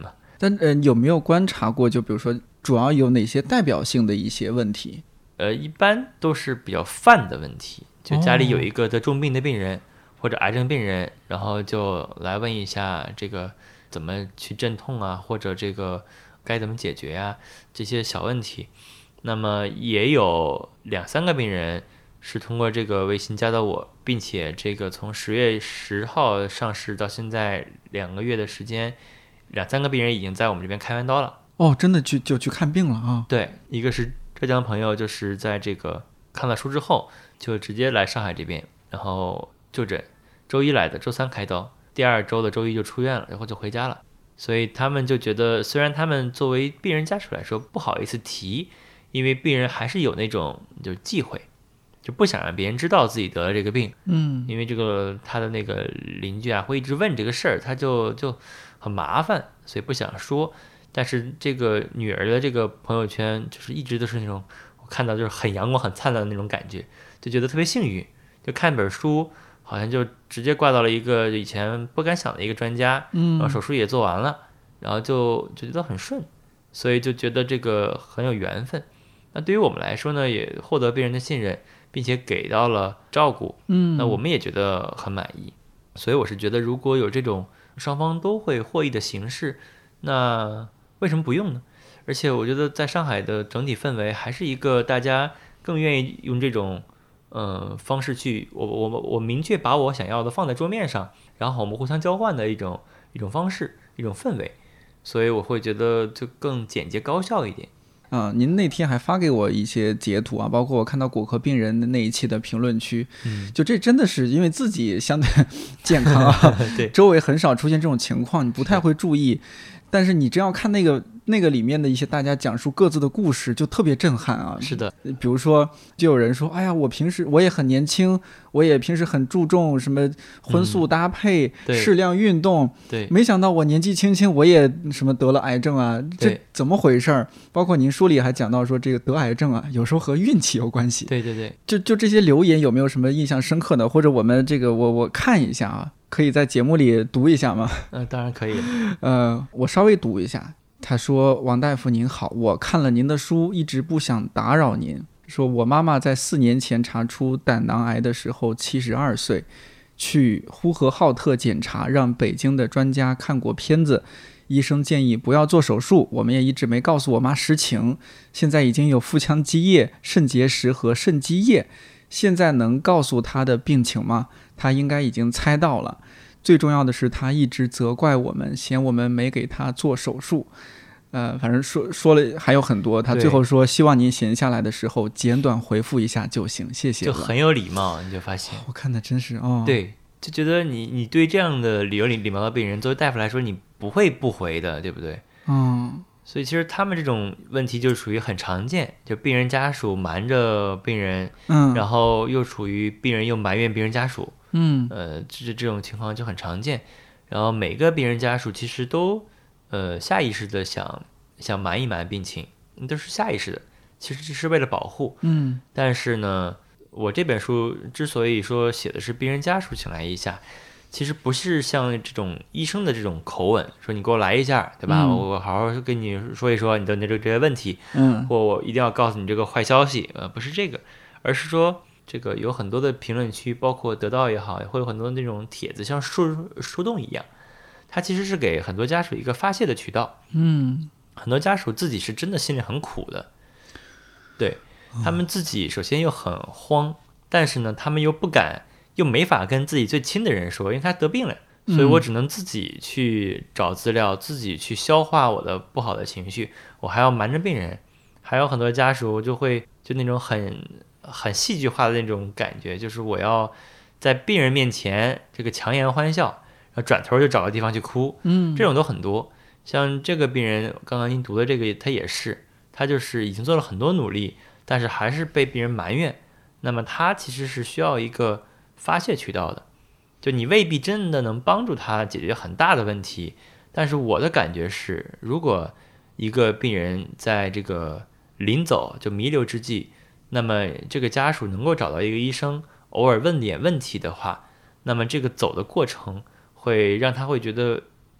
但呃，有没有观察过，就比如说主要有哪些代表性的一些问题？ 呃，一般都是比较泛的问题，就家里有一个得重病的病人、哦、或者癌症病人，然后就来问一下这个怎么去镇痛啊，或者这个该怎么解决呀、啊，这些小问题。那么也有两三个病人是通过这个微信加到我，并且这个从十月十号上市到现在两个月的时间，两三个病人已经在我们这边开完刀了。 哦，真的去就去看病了啊？ 对，一个是浙江朋友，就是在这个看了书之后就直接来上海这边，然后就诊，周一来的，周三开刀，第二周的周一就出院了，然后就回家了。所以他们就觉得，虽然他们作为病人家属来说不好意思提，因为病人还是有那种就是忌讳，就不想让别人知道自己得了这个病。 嗯， 因为这个他的那个邻居啊会一直问这个事儿，他就就很麻烦，所以不想说。但是这个女儿的这个朋友圈就是一直都是那种我看到就是很阳光很灿烂的那种感觉，就觉得特别幸运。就看本书好像就直接挂到了一个以前不敢想的一个专家，然后手术也做完了，然后就就觉得很顺，所以就觉得这个很有缘分。那对于我们来说呢，也获得病人的信任，并且给到了照顾， 嗯， 那我们也觉得很满意。所以我是觉得如果有这种双方都会获益的形式，那为什么不用呢？而且我觉得在上海的整体氛围还是一个大家更愿意用这种呃方式去，我我我明确把我想要的放在桌面上，然后我们互相交换的一种一种方式，一种氛围，所以我会觉得就更简洁高效一点。 啊、呃，您那天还发给我一些截图啊，包括我看到骨科病人的那一期的评论区， 嗯， 就这真的是因为自己相对健康啊， 对， 周围很少出现这种情况，你不太会注意，但是你真要看那个那个里面的一些大家讲述各自的故事，就特别震撼啊。 是的， 比如说就有人说，哎呀，我平时我也很年轻，我也平时很注重什么荤素搭配、 嗯、 适量运动， 对， 没想到我年纪轻轻我也什么得了癌症啊，这怎么回事？包括您书里还讲到说，这个得癌症啊，有时候和运气有关系。 对对对， 就就这些留言有没有什么印象深刻的，或者我们这个我我看一下啊，可以在节目里读一下吗？ 嗯、呃，当然可以。 呃，我稍微读一下。他说：“王大夫您好，我看了您的书，一直不想打扰您。说我妈妈在四年前查出胆囊癌的时候，七十二岁，去呼和浩特检查，让北京的专家看过片子，医生建议不要做手术，我们也一直没告诉我妈实情。现在已经有腹腔积液、肾结石和肾积液，现在能告诉她的病情吗？她应该已经猜到了。最重要的是，她一直责怪我们，嫌我们没给她做手术。”呃，反正说说了还有很多，他最后说希望您闲下来的时候简短回复一下就行，谢谢。 就很有礼貌，你就发现， 我看的真是哦， 对，就觉得你你对这样的有礼礼貌的病人，作为大夫来说，你不会不回的，对不对？ 嗯， 所以其实他们这种问题就属于很常见，就病人家属瞒着病人， 嗯， 然后又属于病人又埋怨病人家属， 嗯， 呃，这这种情况就很常见。然后每个病人家属其实都。呃，下意识的想想瞒一瞒病情，都是下意识的，其实只是为了保护。 嗯， 但是呢，我这本书之所以说写的是病人家属请来一下，其实不是像这种医生的这种口吻，说你给我来一下，对吧？嗯、我好好跟你说一说你的这个这些问题， 嗯， 或我一定要告诉你这个坏消息，呃，不是这个，而是说这个有很多的评论区，包括得到也好，会有很多那种帖子，像树树洞一样。它其实是给很多家属一个发泄的渠道， 嗯， 很多家属自己是真的心里很苦的，对他们自己首先又很慌，但是呢，他们又不敢，又没法跟自己最亲的人说，因为他得病了，所以我只能自己去找资料，自己去消化我的不好的情绪，我还要瞒着病人，还有很多家属就会就那种很很戏剧化的那种感觉，就是我要在病人面前这个强颜欢笑。然后转头就找个地方去哭， 嗯， 这种都很多。像这个病人，刚刚您读的这个，他也是，他就是已经做了很多努力，但是还是被病人埋怨。那么他其实是需要一个发泄渠道的，就你未必真的能帮助他解决很大的问题。但是我的感觉是，如果一个病人在这个临走就弥留之际，那么这个家属能够找到一个医生，偶尔问点问题的话，那么这个走的过程。会让他会觉得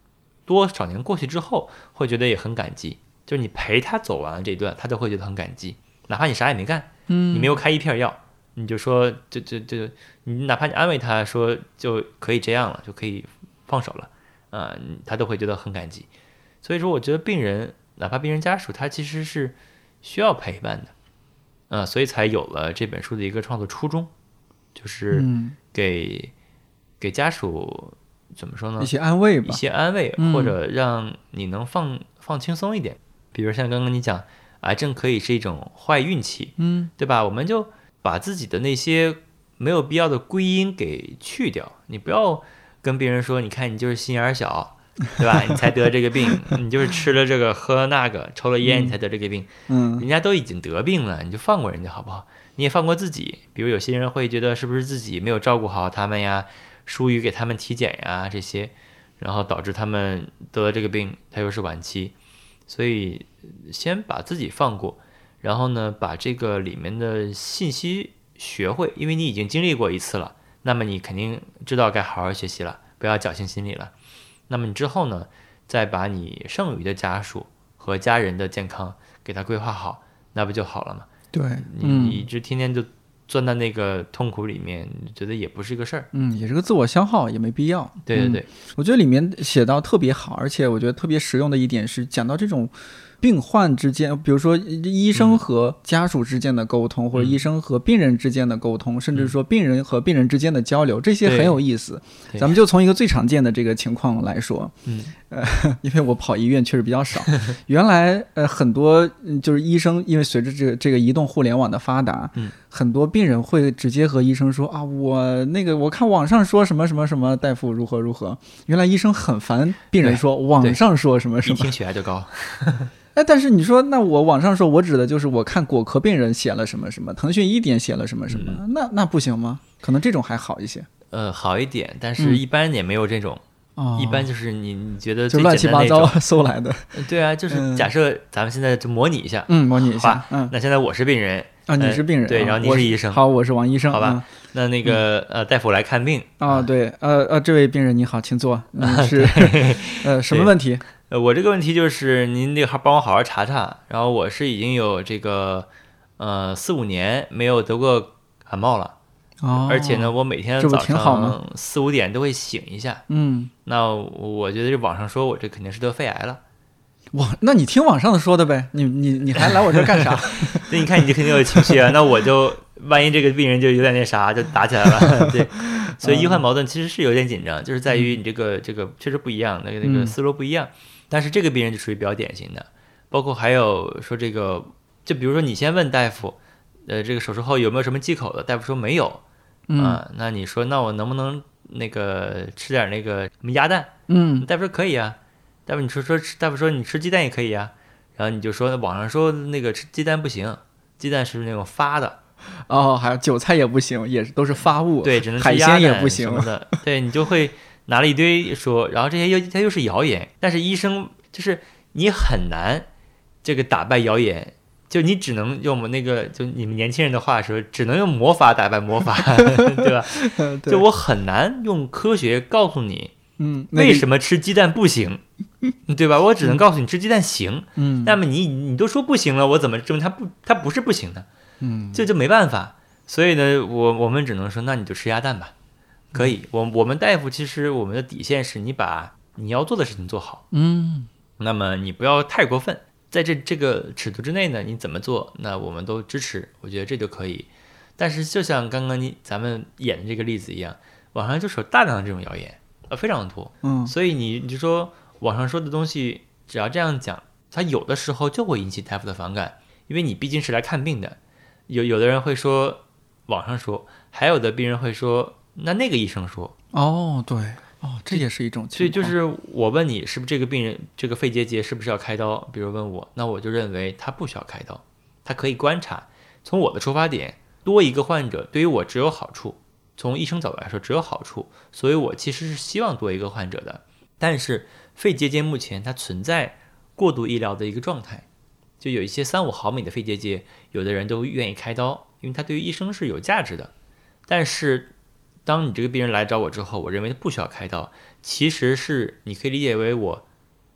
多少年过去之后，会觉得也很感激。就是你陪他走完了这段，他都会觉得很感激，哪怕你啥也没干， 嗯， 你没有开一片药，你就说就就就你哪怕你安慰他说就可以这样了，就可以放手了，啊、呃，他都会觉得很感激。所以说，我觉得病人哪怕病人家属，他其实是需要陪伴的，啊、呃，所以才有了这本书的一个创作初衷，就是给、嗯、给家属怎么说呢？ 一些安慰吧， 一些安慰， 嗯、 或者让你能放放轻松一点。比如像刚刚你讲，癌症可以是一种坏运气， 嗯， 对吧？我们就把自己的那些没有必要的归因给去掉。你不要跟别人说，你看你就是心眼小，对吧？你才得这个病，你就是吃了这个喝了那个抽了烟你才得这个病， 嗯， 人家都已经得病了，你就放过人家好不好？你也放过自己。比如有些人会觉得是不是自己没有照顾好他们呀，疏于给他们体检呀这些，然后导致他们得了这个病，他又是晚期。所以先把自己放过，然后呢把这个里面的信息学会，因为你已经经历过一次了，那么你肯定知道该好好学习了，不要侥幸心理了。那么你之后呢，再把你剩余的家属和家人的健康给他规划好，那不就好了吗？ 对， 你你一直天天就钻到那个痛苦里面，觉得也不是个事儿， 嗯，也是个自我消耗，也没必要。 对对对、 嗯，我觉得里面写到特别好，而且我觉得特别实用的一点是讲到这种病患之间，比如说医生和家属之间的沟通，嗯、或者医生和病人之间的沟通，嗯、甚至说病人和病人之间的交流，这些很有意思。咱们就从一个最常见的这个情况来说， 嗯， 呃，因为我跑医院确实比较少，原来呃很多就是医生，因为随着这个这个移动互联网的发达， 嗯， 很多病人会直接和医生说啊，我那个我看网上说什么什么什么大夫如何如何，原来医生很烦病人说网上说什么什么， 一听血压就高。 哎，但是你说，那我网上说，我指的就是我看果壳病人写了什么什么，腾讯一点写了什么什么，嗯、那那不行吗？可能这种还好一些。 呃，好一点，但是一般也没有这种。 嗯、 一般就是你你觉得就乱七八糟搜来的。 对啊，就是假设咱们现在就模拟一下， 嗯，模拟一下。嗯， 那现在我是病人啊，你是病人， 呃、对，然后你是医生。 好，我是王医生。 好吧， 嗯、 那那个、嗯、呃，大夫来看病啊，对，呃呃，这位病人你好，请坐。嗯、是呃什么问题？ 呃，我这个问题就是您得帮我好好查查，然后我是已经有这个呃四五年没有得过感冒了， 哦， 而且呢，我每天早上四五点都会醒一下， 嗯， 那我觉得这网上说我这肯定是得肺癌了， 哇，那你听网上的说的呗，你你你还来我这儿干啥？ 那你看你这肯定有情绪啊，那我就万一这个病人就有点那啥，就打起来了，对。所以医患矛盾其实是有点紧张，就是在于你这个这个确实不一样，那个那个思路不一样。但是这个病人就属于比较典型的，包括还有说这个，就比如说你先问大夫，呃，这个手术后有没有什么忌口的？大夫说没有， 嗯、 啊，那你说那我能不能那个吃点那个什么鸭蛋？ 嗯， 大夫说可以啊。大夫你说说大夫说你吃鸡蛋也可以啊，然后你就说网上说那个吃鸡蛋不行，鸡蛋是那种发的。 哦，还有韭菜也不行，也都是发物， 对，只能吃海鲜也不行什么的，对，你就会拿了一堆说，然后这些又它又是谣言，但是医生就是你很难这个打败谣言，就你只能用我们那个就你们年轻人的话说，只能用魔法打败魔法，对吧？ 对， 就我很难用科学告诉你， 嗯， 为什么吃鸡蛋不行，对吧？我只能告诉你吃鸡蛋行， 嗯， 那么你你都说不行了，我怎么证明它不它不是不行的？ 嗯， 这就没办法，所以呢，我我们只能说，那你就吃鸭蛋吧，可以。我我们大夫其实我们的底线是你把你要做的事情做好， 嗯， 那么你不要太过分，在这这个尺度之内呢，你怎么做，那我们都支持，我觉得这就可以。但是就像刚刚你咱们演的这个例子一样，网上就是有大量的这种谣言，呃，非常的多， 嗯， 所以你你就说网上说的东西，只要这样讲，它有的时候就会引起大夫的反感，因为你毕竟是来看病的。有有的人会说网上说，还有的病人会说那那个医生说。 哦，对，哦，这也是一种情况。 所以就是我问你是不是这个病人这个肺结节是不是要开刀，比如问我，那我就认为他不需要开刀，他可以观察。从我的出发点，多一个患者对于我只有好处，从医生角度来说只有好处，所以我其实是希望多一个患者的。但是肺结节目前它存在过度医疗的一个状态，就有一些三五毫米的肺结节，有的人都愿意开刀，因为它对于医生是有价值的。但是当你这个病人来找我之后，我认为他不需要开刀，其实是你可以理解为我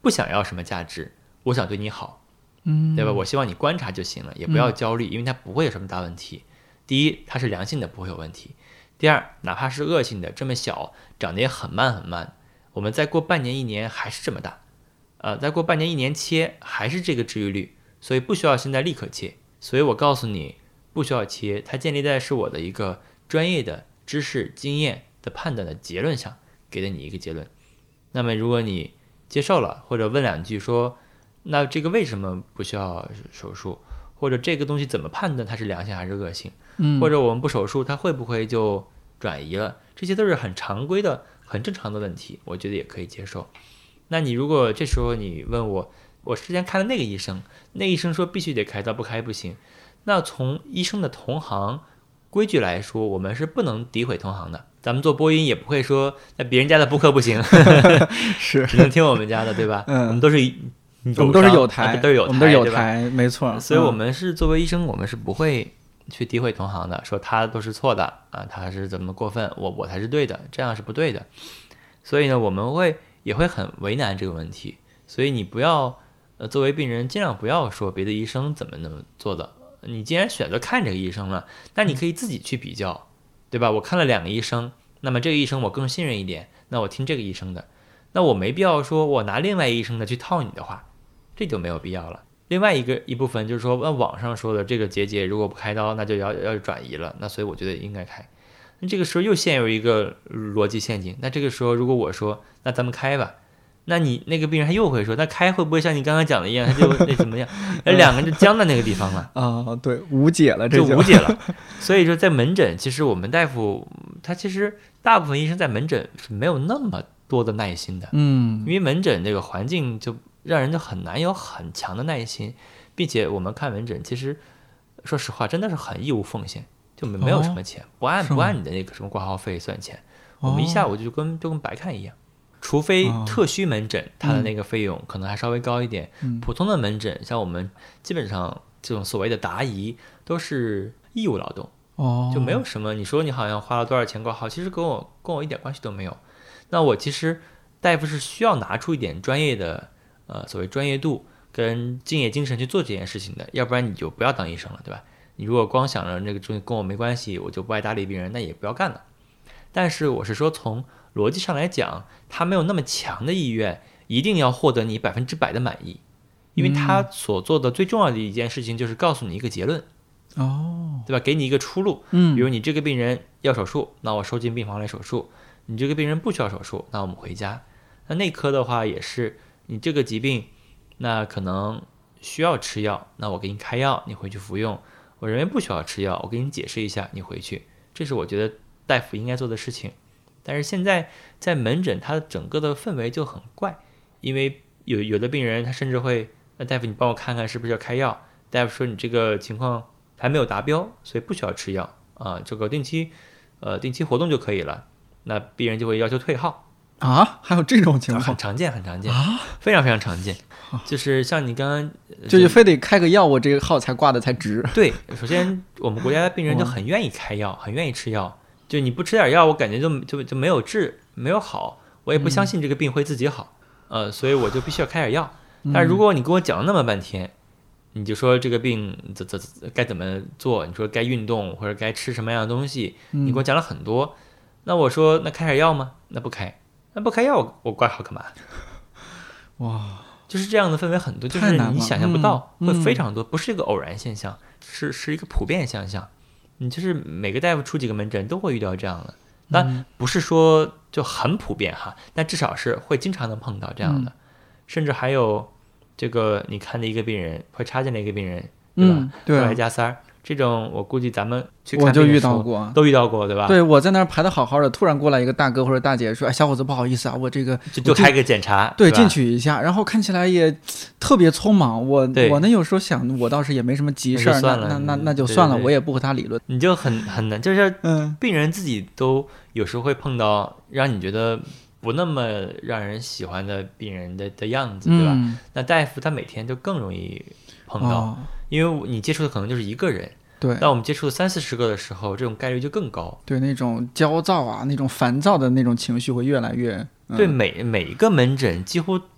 不想要什么价值，我想对你好， 嗯， 对吧？我希望你观察就行了，也不要焦虑，因为它不会有什么大问题。第一，它是良性的，不会有问题。第二，哪怕是恶性的，这么小，长得也很慢很慢，我们再过半年一年还是这么大，呃，再过半年一年切还是这个治愈率，所以不需要现在立刻切。所以我告诉你，不需要切，它建立在是我的一个专业的知识、经验的判断的结论上给了你一个结论。那么如果你接受了，或者问两句说，那这个为什么不需要手术？或者这个东西怎么判断它是良性还是恶性？ 嗯， 或者我们不手术，它会不会就转移了？这些都是很常规的、很正常的问题，我觉得也可以接受。那你如果这时候你问我，我之前看了那个医生，那医生说必须得开刀，不开不行。那从医生的同行规矩来说，我们是不能诋毁同行的。咱们做播音也不会说那别人家的播客不行， 是只能听我们家的，对吧？ 嗯， 我们都是我们都是有台， 啊、都是有台， 我们都是有台，没错。 所以我们是作为医生，我们是不会去诋毁同行的，说他都是错的啊，他是怎么过分，我我才是对的，这样是不对的。所以呢，我们会也会很为难这个问题。所以你不要呃，作为病人尽量不要说别的医生怎么那么做的。你既然选择看这个医生了，那你可以自己去比较，对吧？我看了两个医生，那么这个医生我更信任一点，那我听这个医生的。那我没必要说我拿另外医生的去套你的话，这就没有必要了。另外一个一部分就是说，那网上说的这个结节如果不开刀，那就要要转移了，那所以我觉得应该开。那这个时候又陷入一个逻辑陷阱。那这个时候如果我说那咱们开吧，那你那个病人他又会说，那开会不会像你刚刚讲的一样，他就那怎么样？那两个人就僵在那个地方了啊，对，无解了，这就就无解了。所以说在门诊，其实我们大夫他其实大部分医生在门诊是没有那么多的耐心的， 嗯， 因为门诊这个环境就让人就很难有很强的耐心，并且我们看门诊其实说实话真的是很义务奉献，就没有什么钱，哦、不按不按你的那个什么挂号费算钱，我们一下午就跟就跟白看一样。除非特需门诊，它的那个费用可能还稍微高一点。 嗯、 普通的门诊，像我们基本上这种所谓的答疑都是义务劳动， 哦， 就没有什么你说你好像花了多少钱挂号，其实跟我跟我一点关系都没有。那我其实大夫是需要拿出一点专业的呃所谓专业度跟敬业精神去做这件事情的，要不然你就不要当医生了，对吧？你如果光想着这个东西跟我没关系，我就不爱搭理病人，那也不要干了。但是我是说从逻辑上来讲，他没有那么强的意愿一定要获得你百分之百的满意，因为他所做的最重要的一件事情就是告诉你一个结论， 哦， 对吧？给你一个出路。 嗯， 比如你这个病人要手术，那我收进病房来手术；你这个病人不需要手术，那我们回家。那内科的话也是，你这个疾病，那可能需要吃药，那我给你开药，你回去服用；我认为不需要吃药，我给你解释一下，你回去。这是我觉得大夫应该做的事情。但是现在在门诊，它整个的氛围就很怪，因为有有的病人他甚至会，那大夫你帮我看看是不是要开药？大夫说你这个情况还没有达标，所以不需要吃药啊，这个定期呃定期活动就可以了。那病人就会要求退号啊，还有这种情况， 很常见，很常见啊， 非常非常常见。就是像你刚刚就是非得开个药，我这个号才挂的才值。 对，首先我们国家的病人就很愿意开药，很愿意吃药。就你不吃点药，我感觉就就就没有治，没有好，我也不相信这个病会自己好，嗯、呃，所以我就必须要开点药。但是如果你跟我讲了那么半天，你就说这个病怎怎该怎么做，你说该运动或者该吃什么样的东西，你给我讲了很多，那我说那开点药吗？那不开，那不开药我我挂号干嘛？ 哇， 就是这样的氛围很多，就是你想象不到，会非常多，不是一个偶然现象，是是一个普遍现象。你就是每个大夫出几个门诊都会遇到这样的，但不是说就很普遍哈，但至少是会经常能碰到这样的，嗯、甚至还有这个你看的一个病人会插进来一个病人，对吧？ 嗯、对、啊， 来加塞儿，这种我估计咱们去看我就遇到过， 都遇到过，对吧？ 对，我在那儿排的好好的，突然过来一个大哥或者大姐说：“哎，小伙子，不好意思啊，我这个就就开个检查， 对，进去一下，然后看起来也特别匆忙。我我那有时候想，我倒是也没什么急事儿，那那那那就算了， 对对对， 我也不和他理论。 你就很很难，就是病人自己都有时候会碰到让你觉得不那么让人喜欢的病人的的样子，对吧？ 嗯、 那大夫他每天就更容易碰到， 哦、 因为你接触的可能就是一个人。 对， 当我们接触三四十个的时候，这种概率就更高。 对，那种焦躁啊，那种烦躁的那种情绪会越来越…… 嗯、对，每每一个门诊几乎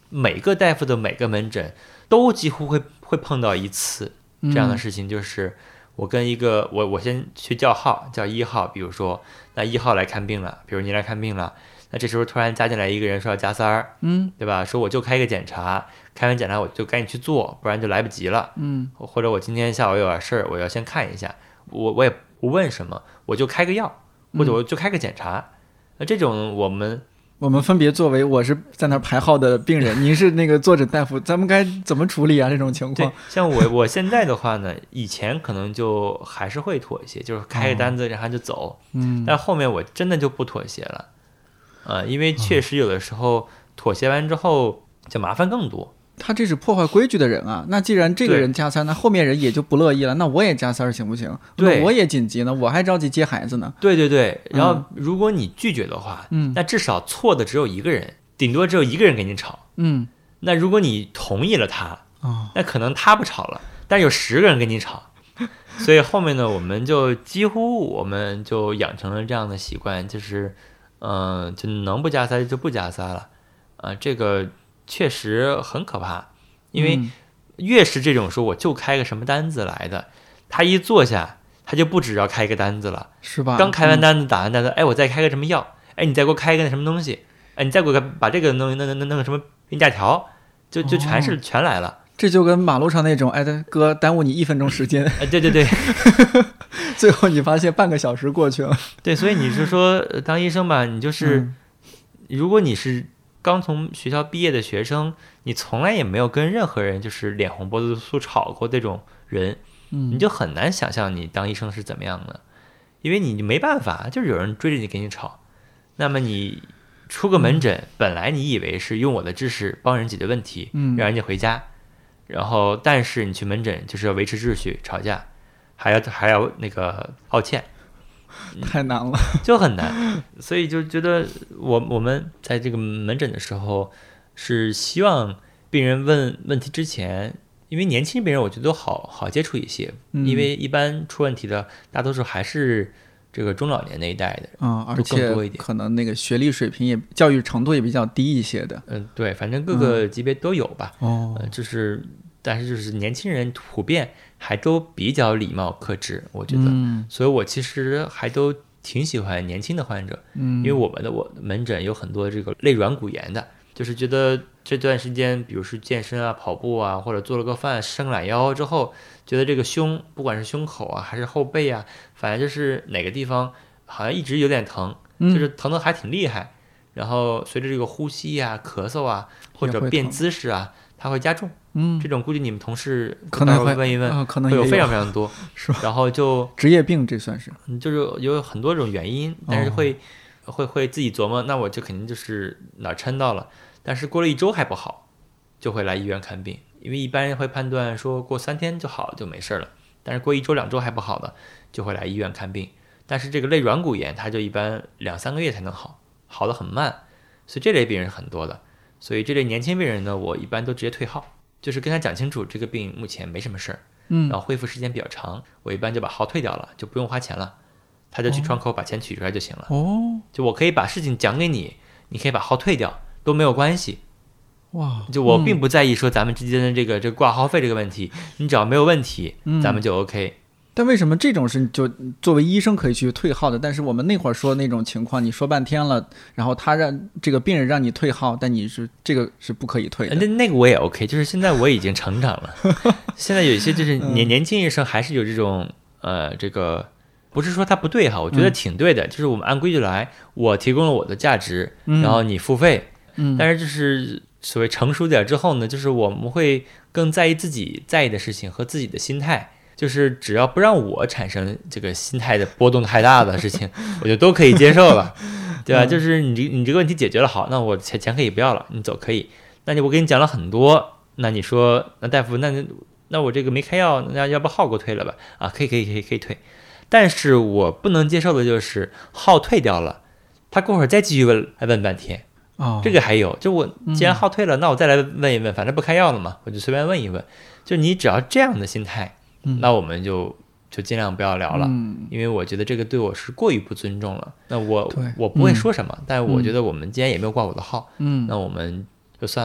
每个大夫的每个门诊都几乎会会碰到一次这样的事情，就是我跟一个我我先去叫号，叫一号，比如说那一号来看病了，比如你来看病了，那这时候突然加进来一个人说要加塞儿， 嗯， 对吧？说我就开一个检查，开完检查我就赶紧去做，不然就来不及了， 嗯， 或者我今天下午有点事儿，我要先看一下，我我也不问什么，我就开个药，或者我就开个检查，那、嗯、这种我们。 我们分别作为我是在那儿排号的病人，您是那个坐诊大夫，咱们该怎么处理啊？这种情况， 对，像我我现在的话呢，以前可能就还是会妥协，就是开个单子然后就走， 嗯， 但后面我真的就不妥协了，呃，因为确实有的时候妥协完之后就麻烦更多。 他这是破坏规矩的人啊！那既然这个人加塞，那后面人也就不乐意了。那我也加塞行不行？ 对， 我也紧急呢，我还着急接孩子呢。 对对对，然后如果你拒绝的话， 嗯， 那至少错的只有一个人，顶多只有一个人跟你吵。 嗯， 那如果你同意了他， 哦， 那可能他不吵了，但是有十个人跟你吵。所以后面呢，我们就几乎我们就养成了这样的习惯，就是嗯、呃，就能不加塞就不加塞了啊、呃，这个确实很可怕。因为越是这种说我就开个什么单子来的，他一坐下他就不只要开一个单子了， 是吧？ 刚开完单子打完单子，哎，我再开个什么药，哎，你再给我开一个那什么东西，哎，你再给我把这个弄弄弄弄个什么病假条，就就全是、哦、全来了。 这就跟马路上那种，哎，哥耽误你一分钟时间， 哎，对对对， 最后你发现半个小时过去了。 对，所以你是说当医生吧，你就是、嗯、如果你是刚从学校毕业的学生，你从来也没有跟任何人就是脸红脖子粗吵过这种人， 嗯， 你就很难想象你当医生是怎么样的，因为你没办法，就是有人追着你跟你吵。那么你出个门诊，嗯、本来你以为是用我的知识帮人解决问题， 嗯， 让人家回家，然后但是你去门诊就是要维持秩序，吵架，还要还要那个道歉。 太难了， 就很难，所以就觉得我我们在这个门诊的时候，是希望病人问问题之前，因为年轻病人我觉得都好好接触一些， 嗯、 因为一般出问题的大多数还是这个中老年那一代的， 嗯，而且可能那个学历水平也教育程度也比较低一些的， 嗯，对，反正各个级别都有吧， 哦、 嗯呃，就是但是就是年轻人普遍还都比较礼貌克制，我觉得、 嗯， 所以我其实还都挺喜欢年轻的患者， 嗯， 因为我们的我门诊有很多这个肋软骨炎的，就是觉得这段时间，比如是健身啊、跑步啊，或者做了个饭、伸懒腰之后，觉得这个胸，不管是胸口啊还是后背啊，反正就是哪个地方好像一直有点疼， 嗯、 就是疼得还挺厉害，然后随着这个呼吸啊、咳嗽啊，或者变姿势啊，它会加重。 嗯， 这种估计你们同事可能会问一问， 呃、可能会有非常非常多， 是吧？ 然后就职业病，这算是， 就是有很多种原因，但是会、哦、会会自己琢磨，那我就肯定就是哪儿抻到了，但是过了一周还不好，就会来医院看病，因为一般人会判断说过三天就好就没事了，但是过一周两周还不好的，就会来医院看病。但是这个肋软骨炎，它就一般两三个月才能好，好得很慢，所以这类病人很多的，所以这类年轻病人呢，我一般都直接退号。就是跟他讲清楚这个病目前没什么事儿， 嗯， 然后恢复时间比较长，我一般就把号退掉了，就不用花钱了，他就去窗口把钱取出来就行了。 哦， 就我可以把事情讲给你，你可以把号退掉都没有关系。 哇， 就我并不在意说咱们之间的这个这个挂号费这个问题，你只要没有问题， 嗯、 咱们就 OK。 但为什么这种是就作为医生可以去退号的，但是我们那会儿说那种情况，你说半天了，然后他让这个病人让你退号，但你是这个是不可以退的。 那那个我也 OK， 就是现在我已经成长了，现在有一些就是年年轻医生还是有这种呃这个，不是说他不对哈，我觉得挺对的，嗯、就是我们按规矩来，我提供了我的价值， 嗯、 然后你付费， 嗯， 但是就是所谓成熟点之后呢，就是我们会更在意自己在意的事情和自己的心态。就是只要不让我产生这个心态的波动太大的事情，我就都可以接受了，对吧？嗯、就是你这你这个问题解决了，好，那我钱钱可以不要了，你走可以。那你我跟你讲了很多，那你说那大夫，那那我这个没开药，那要不号给我退了吧？啊，可以可以可以可以退，但是我不能接受的就是号退掉了，他过会儿再继续问，还问半天。 哦， 这个还有，就我既然号退了，嗯、那我再来问一问，反正不开药了嘛，我就随便问一问。就你只要这样的心态。 嗯、 那我们就就尽量不要聊了、 嗯， 因为我觉得这个对我是过于不尊重了。那我我不会说什么、嗯，但我觉得我们既然也没有挂我的号， 嗯， 那我们就算了吧。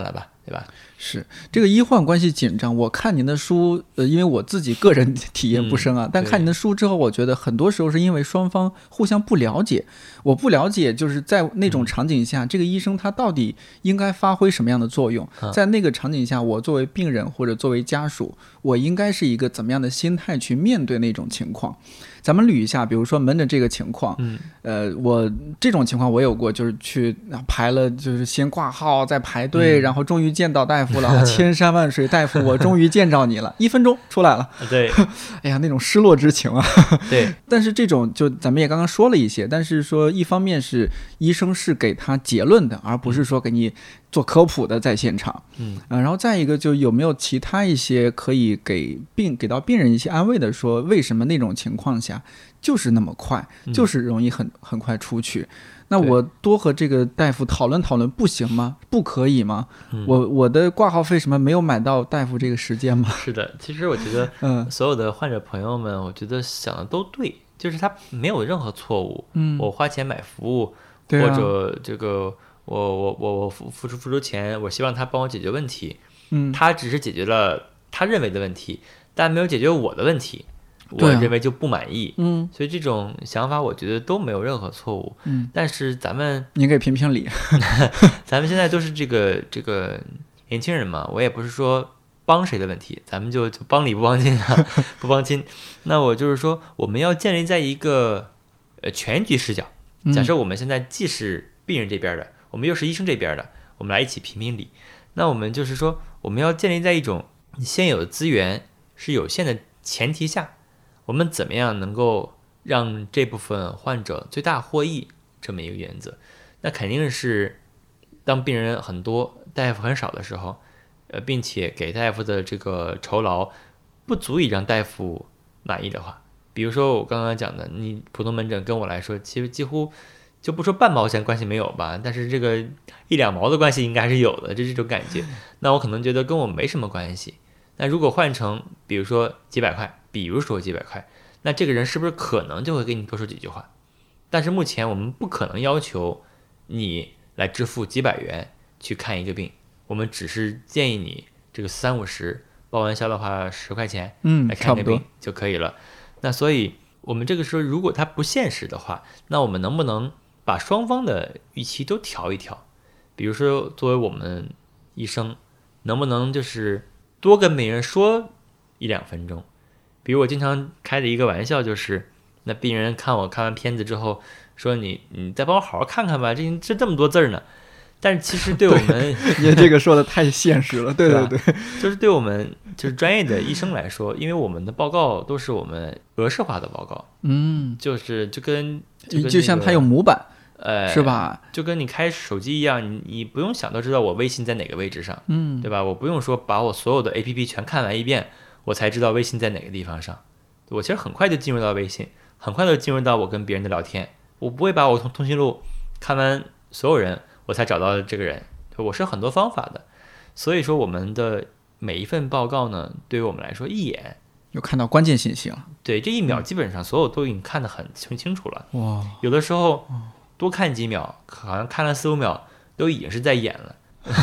对吧？ 是这个医患关系紧张。我看您的书，呃，因为我自己个人体验不深啊， 嗯、 但看您的书之后，我觉得很多时候是因为双方互相不了解。我不了解，就是在那种场景下，嗯、这个医生他到底应该发挥什么样的作用？嗯、在那个场景下，我作为病人或者作为家属，我应该是一个怎么样的心态去面对那种情况？咱们捋一下，比如说门诊这个情况， 嗯， 呃，我这种情况我有过，就是去排了，就是先挂号再排队，嗯、然后终于见到大夫了，千山万水，大夫，我终于见着你了，一分钟出来了， 对， 哎呀，那种失落之情啊， 对。 但是这种就咱们也刚刚说了一些，但是说一方面是医生是给他结论的，而不是说给你做科普的在现场， 嗯、 呃，然后再一个就有没有其他一些可以给病给到病人一些安慰的，说为什么那种情况下就是那么快，就是容易很很快出去。嗯、那我多和这个大夫讨论讨论，不行吗？不可以吗？ 嗯、 我我的挂号费什么没有买到大夫这个时间吗？ 是的，其实我觉得，嗯，所有的患者朋友们，我觉得想的都对，就是他没有任何错误。 嗯， 我花钱买服务， 对啊、 或者这个我我我我付付出付出钱，我希望他帮我解决问题。 嗯， 他只是解决了他认为的问题，但没有解决我的问题。我认为就不满意， 嗯， 所以这种想法我觉得都没有任何错误， 嗯， 但是咱们您给评评理， 咱们现在都是这个这个年轻人嘛，我也不是说帮谁的问题，咱们就就帮理不帮亲啊，不帮亲。那我就是说，我们要建立在一个呃全局视角，假设我们现在既是病人这边的，我们又是医生这边的，我们来一起评评理。那我们就是说，我们要建立在一种现有的资源是有限的前提下。我们怎么样能够让这部分患者最大获益？这么一个原则，那肯定是当病人很多、大夫很少的时候，呃，并且给大夫的这个酬劳不足以让大夫满意的话，比如说我刚刚讲的，你普通门诊跟我来说，其实几乎就不说半毛钱关系没有吧，但是这个一两毛的关系应该是有的，就这种感觉。那我可能觉得跟我没什么关系。那如果换成比如说几百块，比如说几百块，那这个人是不是可能就会给你多说几句话？但是目前我们不可能要求你来支付几百元去看一个病，我们只是建议你这个三五十报完销的话十块钱， 嗯， 来看个病就可以了。那所以我们这个时候如果它不现实的话，那我们能不能把双方的预期都调一调？比如说作为我们医生，能不能就是多跟病人说一两分钟？比如我经常开的一个玩笑就是，那病人看我看完片子之后说你你再帮我好好看看吧，这这这么多字儿呢。但是其实对我们， 你这个说的太现实了，对对对， 就是对我们就是专业的医生来说，因为我们的报告都是我们格式化的报告， 嗯， 就是就跟就, 跟、那个、 就像它有模板。 呃， 是吧？ 就跟你开手机一样，你你不用想都知道我微信在哪个位置上， 嗯， 对吧？我不用说把我所有的 A P P 全看完一遍，我才知道微信在哪个地方上。我其实很快就进入到微信，很快就进入到我跟别人的聊天。我不会把我通通讯录看完所有人，我才找到这个人。我是很多方法的，所以说我们的每一份报告呢，对于我们来说，一眼就看到关键信息了。 对，这一秒基本上所有都已经看得很很清楚了。 哇， 有的时候。多看几秒，好像看了四五秒，都已经是在演了，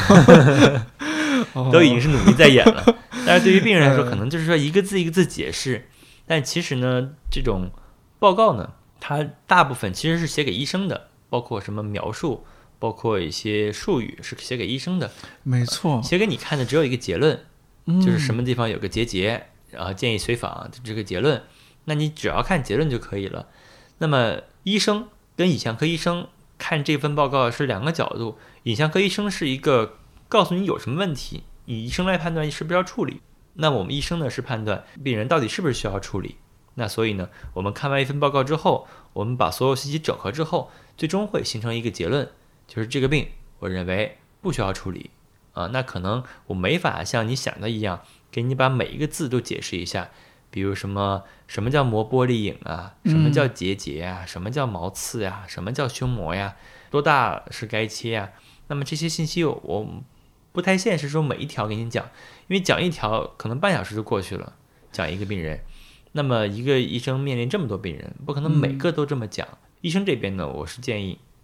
都已经是努力在演了。但是对于病人来说，可能就是说一个字一个字解释。但其实呢，这种报告呢，它大部分其实是写给医生的，包括什么描述，包括一些术语是写给医生的。 没错， 写给你看的只有一个结论，就是什么地方有个结节，然后建议随访这个结论。那你只要看结论就可以了。那么医生跟影像科医生看这份报告是两个角度，影像科医生是一个告诉你有什么问题，你医生来判断是不是要处理。那我们医生呢是判断病人到底是不是需要处理。那所以呢，我们看完一份报告之后，我们把所有信息整合之后，最终会形成一个结论，就是这个病我认为不需要处理啊。那可能我没法像你想的一样，给你把每一个字都解释一下。比如什么什么叫膜玻璃影啊，什么叫结节啊、嗯、什么叫毛刺呀、啊、什么叫胸膜呀，多大是该切呀。那么这些信息我不太现实说每一条给你讲，因为讲一条可能半小时就过去了，讲一个病人。那么一个医生面临这么多病人，不可能每个都这么讲、嗯、医生这边呢，我是建议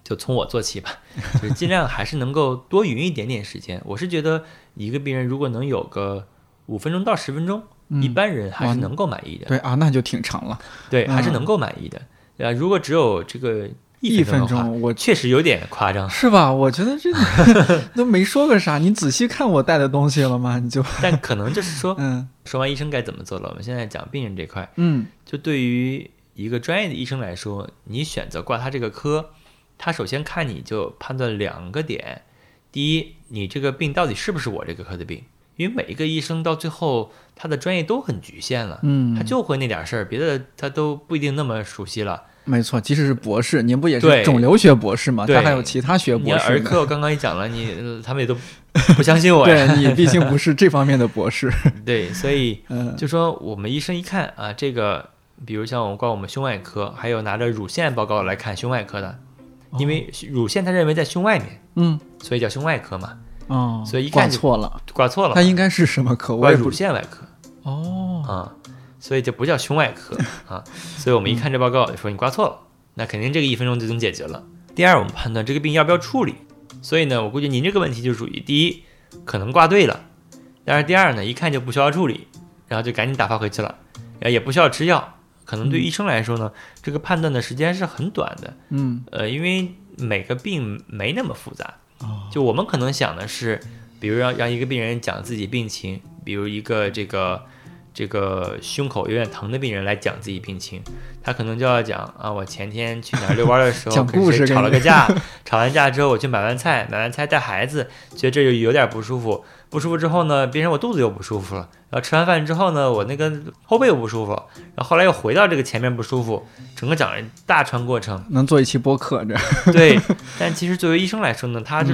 就从我做起吧，就是尽量还是能够多匀一点点时间。我是觉得一个病人如果能有个五分钟到十分钟， 嗯、 一般人还是能够满意的。 对啊，那就挺长了。 对， 嗯、 还是能够满意的。呃，如果只有这个一分钟的话， 我确实有点夸张， 是吧？我觉得这都没说个啥，你仔细看我带的东西了吗？你就但可能就是说， 嗯， 说完医生该怎么做了，我们现在讲病人这块， 嗯， 就对于一个专业的医生来说，你选择挂他这个科，他首先看你就判断两个点。第一，你这个病到底是不是我这个科的病？因为每一个医生到最后他的专业都很局限了， 嗯， 他就会那点事儿，别的他都不一定那么熟悉了。 没错，即使是博士，您不也是肿瘤学博士吗？他还有其他学博士。 你儿科我刚刚也讲了，你他们也都不相信我呀。对，你毕竟不是这方面的博士。 对，所以就说我们医生一看啊，这个比如像我们挂我们胸外科，还有拿着乳腺报告来看胸外科的，因为乳腺他认为在胸外面， 嗯， 所以叫胸外科嘛。 哦， 所以一看挂错了， 挂错了。 他应该是什么科？ 挂乳腺外科。 哦， 啊，所以就不叫胸外科啊。所以我们一看这报告，说你挂错了，那肯定这个一分钟就能解决了。第二，我们判断这个病要不要处理。所以呢，我估计您这个问题就属于第一，可能挂对了，但是第二呢，一看就不需要处理，然后就赶紧打发回去了，然后也不需要吃药。可能对医生来说呢，嗯、这个判断的时间是很短的。 嗯， 呃，因为每个病没那么复杂。就我们可能想的是，比如让让一个病人讲自己病情，比如一个这个这个胸口有点疼的病人来讲自己病情，他可能就要讲啊，我前天去哪儿遛弯的时候， 讲故事吵了个架，吵完架之后我去买完菜，买完菜带孩子，觉得这就有点不舒服，不舒服之后呢，变成我肚子又不舒服了，然后吃完饭之后呢，我那个后背又不舒服，然后后来又回到这个前面不舒服，整个讲了一大串过程， 能做一期播客这。 对，但其实作为医生来说呢，他就是、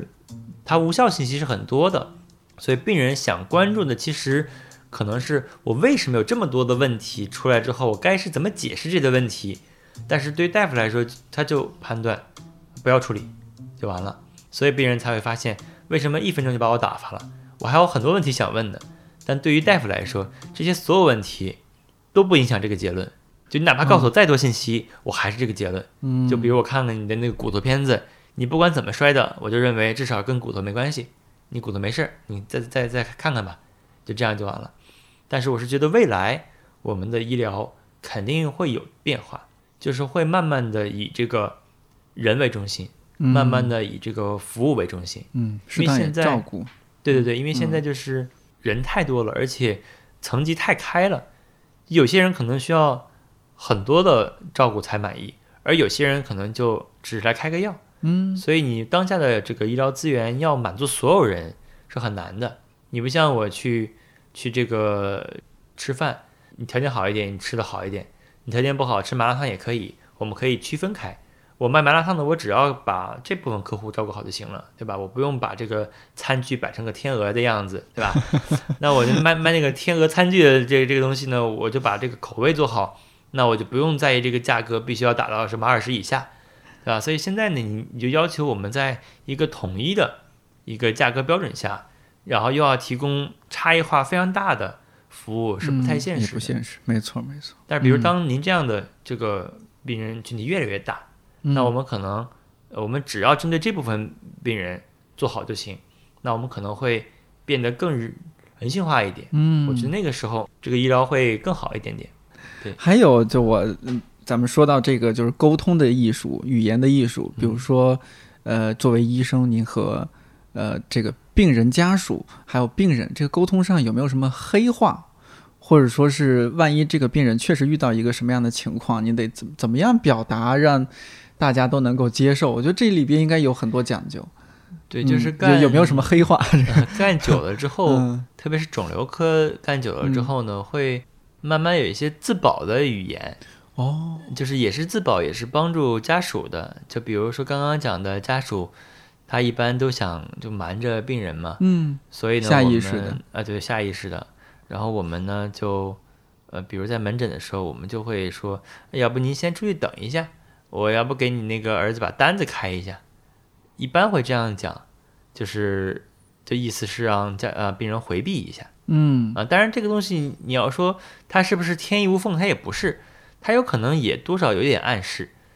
嗯、他无效信息是很多的，所以病人想关注的其实可能是我为什么有这么多的问题出来之后，我该是怎么解释这个问题。但是对大夫来说，他就判断不要处理就完了，所以病人才会发现为什么一分钟就把我打发了，我还有很多问题想问的。但对于大夫来说，这些所有问题都不影响这个结论，就你哪怕告诉我再多信息、嗯、我还是这个结论。 嗯， 就比如我看了你的那个骨头片子，你不管怎么摔的，我就认为至少跟骨头没关系，你骨头没事，你再再再看看吧，就这样就完了。但是我是觉得未来我们的医疗肯定会有变化，就是会慢慢的以这个人为中心、嗯、慢慢的以这个服务为中心。 嗯， 因为现在照顾， 对对对，因为现在就是人太多了、嗯、而且层级太开了，有些人可能需要很多的照顾才满意，而有些人可能就只是来开个药。 嗯， 所以你当下的这个医疗资源要满足所有人是很难的。你不像我去去这个吃饭，你条件好一点，你吃的好一点；你条件不好，吃麻辣烫也可以，我们可以区分开。我卖麻辣烫的，我只要把这部分客户照顾好就行了，对吧？我不用把这个餐具摆成个天鹅的样子，对吧？那我就卖卖那个天鹅餐具的这个、这个东西呢，我就把这个口味做好，那我就不用在意这个价格必须要打到什么二十以下，对吧？所以现在呢，你你就要求我们在一个统一的一个价格标准下，然后又要提供差异化非常大的服务，是不太现实的。 嗯、不现实，没错没错。 但是比如当您这样的这个病人群体越来越大，嗯、那我们可能我们只要针对这部分病人做好就行，那我们可能会变得更人性化一点。 嗯， 我觉得那个时候这个医疗会更好一点点。对， 还有就我咱们说到这个就是沟通的艺术、语言的艺术，比如说、嗯、呃，作为医生，您和呃这个病人家属还有病人这个沟通上有没有什么黑话，或者说是万一这个病人确实遇到一个什么样的情况，你得怎怎么样表达让大家都能够接受？我觉得这里边应该有很多讲究。 对，就是干、 嗯、有没有什么黑话？ 呃、干久了之后、嗯，特别是肿瘤科干久了之后呢，嗯、会慢慢有一些自保的语言。 哦， 就是也是自保，也是帮助家属的。就比如说刚刚讲的家属，他一般都想就瞒着病人嘛， 嗯， 所以呢， 下意识的啊、呃，对，下意识的。然后我们呢，就呃，比如在门诊的时候，我们就会说，要不您先出去等一下，我要不给你那个儿子把单子开一下。一般会这样讲，就是就意思是让家呃病人回避一下。 嗯啊，当然这个东西你要说它是不是天衣无缝，它也不是。它有可能也多少有一点暗示，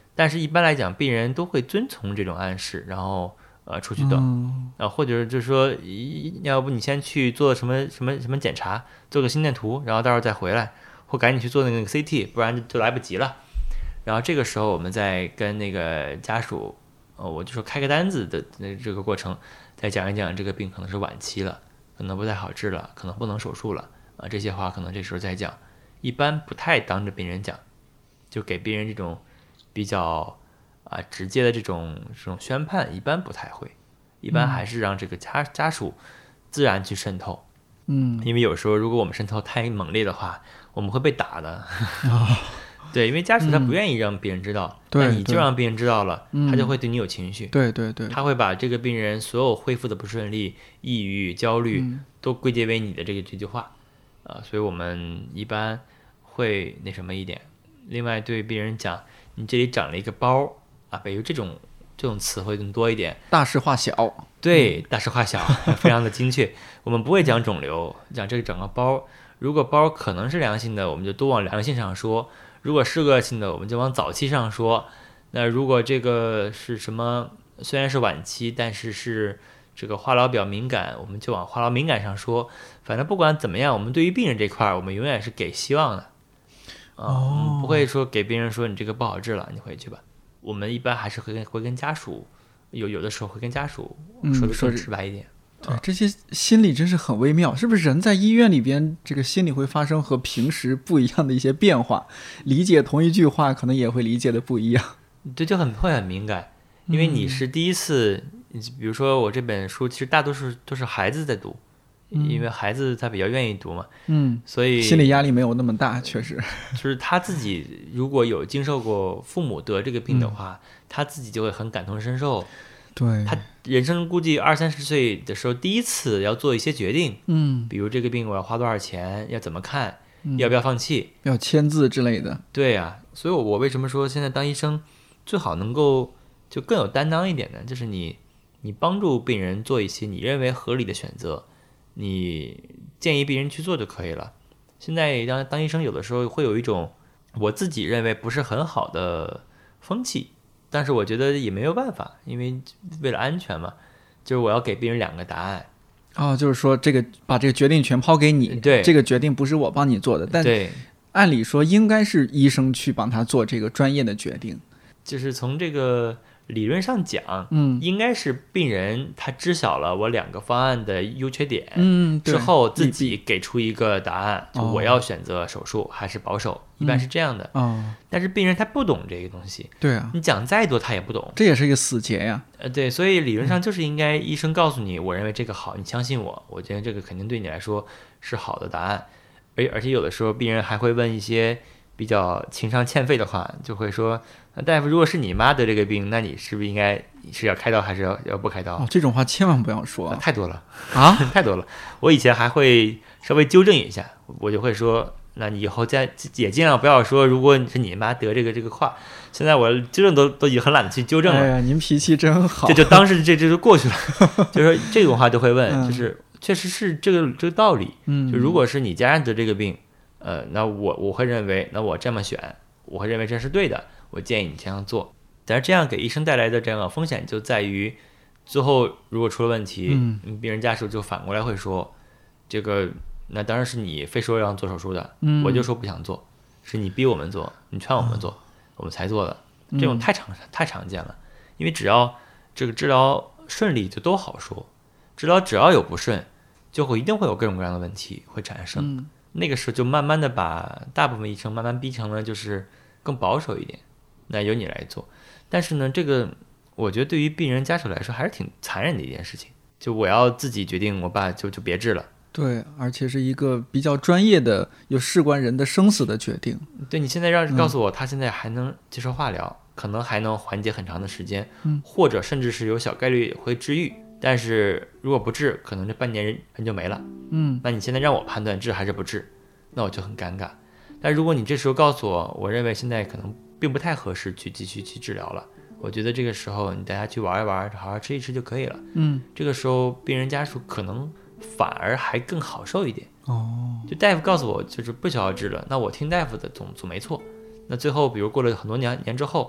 但是一般来讲，病人都会遵从这种暗示，然后呃出去等， 嗯啊，或者就是说，要不你先去做什么什么什么检查，做个心电图，然后到时候再回来，或赶紧去做那个 C T， 不然就来不及了。然后这个时候我们再跟那个家属，呃，我就说开个单子的这个过程，再讲一讲这个病可能是晚期了，可能不太好治了，可能不能手术了啊，这些话可能这时候再讲，一般不太当着病人讲，就给病人这种比较啊直接的这种这种宣判，一般不太会，一般还是让这个家家属自然去渗透， 嗯， 因为有时候如果我们渗透太猛烈的话，我们会被打的。哦对，因为家属他不愿意让别人知道，那、嗯、你就让别人知道了，他就会对你有情绪。 对对对， 他会把这个病人所有恢复的不顺利、抑郁、焦虑、嗯、都归结为你的这个这句话，啊、呃，所以我们一般会那什么一点。另外，对病人讲，你这里长了一个包啊，比如这种这种词会更多一点， 大事化小。 对，大事化小，非常的精确。我们不会讲肿瘤，讲这个整个包。如果包可能是良性的，我们就多往良性上说。如果是恶性的，我们就往早期上说。那如果这个是什么，虽然是晚期，但是是这个化疗比较敏感，我们就往化疗敏感上说。反正不管怎么样，我们对于病人这块，我们永远是给希望的。啊、呃，我们不会说给病人说你这个不好治了，你回去吧。我们一般还是会跟会跟家属，有有的时候会跟家属说的更直白一点。 嗯对，这些心理真是很微妙，是不是人在医院里边，这个心理会发生和平时不一样的一些变化，理解同一句话可能也会理解的不一样。 对，就很会很敏感，因为你是第一次、嗯、比如说我这本书其实大多数都是孩子在读、嗯、因为孩子他比较愿意读嘛， 嗯， 所以心理压力没有那么大，确实就是他自己如果有经受过父母得这个病的话、嗯、他自己就会很感同身受。 对， 他人生估计二三十岁的时候，第一次要做一些决定， 嗯， 比如这个病我要花多少钱，要怎么看， 嗯、 要不要放弃， 要签字之类的。 对呀、啊，所以我为什么说现在当医生最好能够就更有担当一点呢？就是你你帮助病人做一些你认为合理的选择，你建议病人去做就可以了。现在当当医生有的时候会有一种我自己认为不是很好的风气。但是我觉得也没有办法，因为为了安全嘛，就是我要给病人两个答案。 哦，就是说这个把这个决定权抛给你， 对， 这个决定不是我帮你做的，但对， 按理说应该是医生去帮他做这个专业的决定。 就是从这个理论上讲， 嗯， 应该是病人他知晓了我两个方案的优缺点， 嗯， 之后自己给出一个答案，就我要选择手术还是保守，哦、一般是这样的。 哦， 但是病人他不懂这个东西， 对啊， 你讲再多他也不懂， 这也是一个死结呀。 呃，对，所以理论上就是应该医生告诉你，我认为这个好，你相信我，我觉得这个肯定对你来说是好的答案。而而且有的时候病人还会问一些比较情商欠费的话，就会说，大夫，如果是你妈得这个病，那你是不是应该是要开刀还是要要不开刀？ 哦，这种话千万不要说， 啊、太多了啊， 太多了。我以前还会稍微纠正一下，我就会说，那你以后再也尽量不要说，如果是你妈得这个这个话。现在我纠正都都已经很懒得去纠正了。 哎呀，您脾气真好。 这就当时这这就过去了，就是说这种话就会问，嗯、就是确实是这个这个道理。 嗯， 就如果是你家人得这个病，呃，那我我会认为，那我这么选，我会认为这是对的，我建议你这样做。但是这样给医生带来的这样的风险就在于，最后如果出了问题， 嗯， 病人家属就反过来会说，这个那当然是你非说要做手术的， 嗯， 我就说不想做，是你逼我们做，你劝我们做，嗯、我们才做的。这种太常太常见了，因为只要这个治疗顺利就都好说，治疗只要有不顺，就会一定会有各种各样的问题会产生。 嗯， 那个时候就慢慢的把大部分医生慢慢逼成了就是更保守一点，那由你来做。但是呢，这个我觉得对于病人家属来说还是挺残忍的一件事情，就我要自己决定，我爸就就别治了。 对，而且是一个比较专业的、有事关人的生死的决定。 对，你现在让告诉我，他现在还能接受化疗，嗯、可能还能缓解很长的时间， 嗯， 或者甚至是有小概率会治愈。但是如果不治，可能这半年人就没了。 嗯， 那你现在让我判断治还是不治，那我就很尴尬。但如果你这时候告诉我，我认为现在可能并不太合适去继续去治疗了，我觉得这个时候你大家去玩一玩，好好吃一吃就可以了。 嗯， 这个时候病人家属可能反而还更好受一点。 哦， 就大夫告诉我就是不需要治了，那我听大夫的总总没错。那最后比如过了很多年年之后，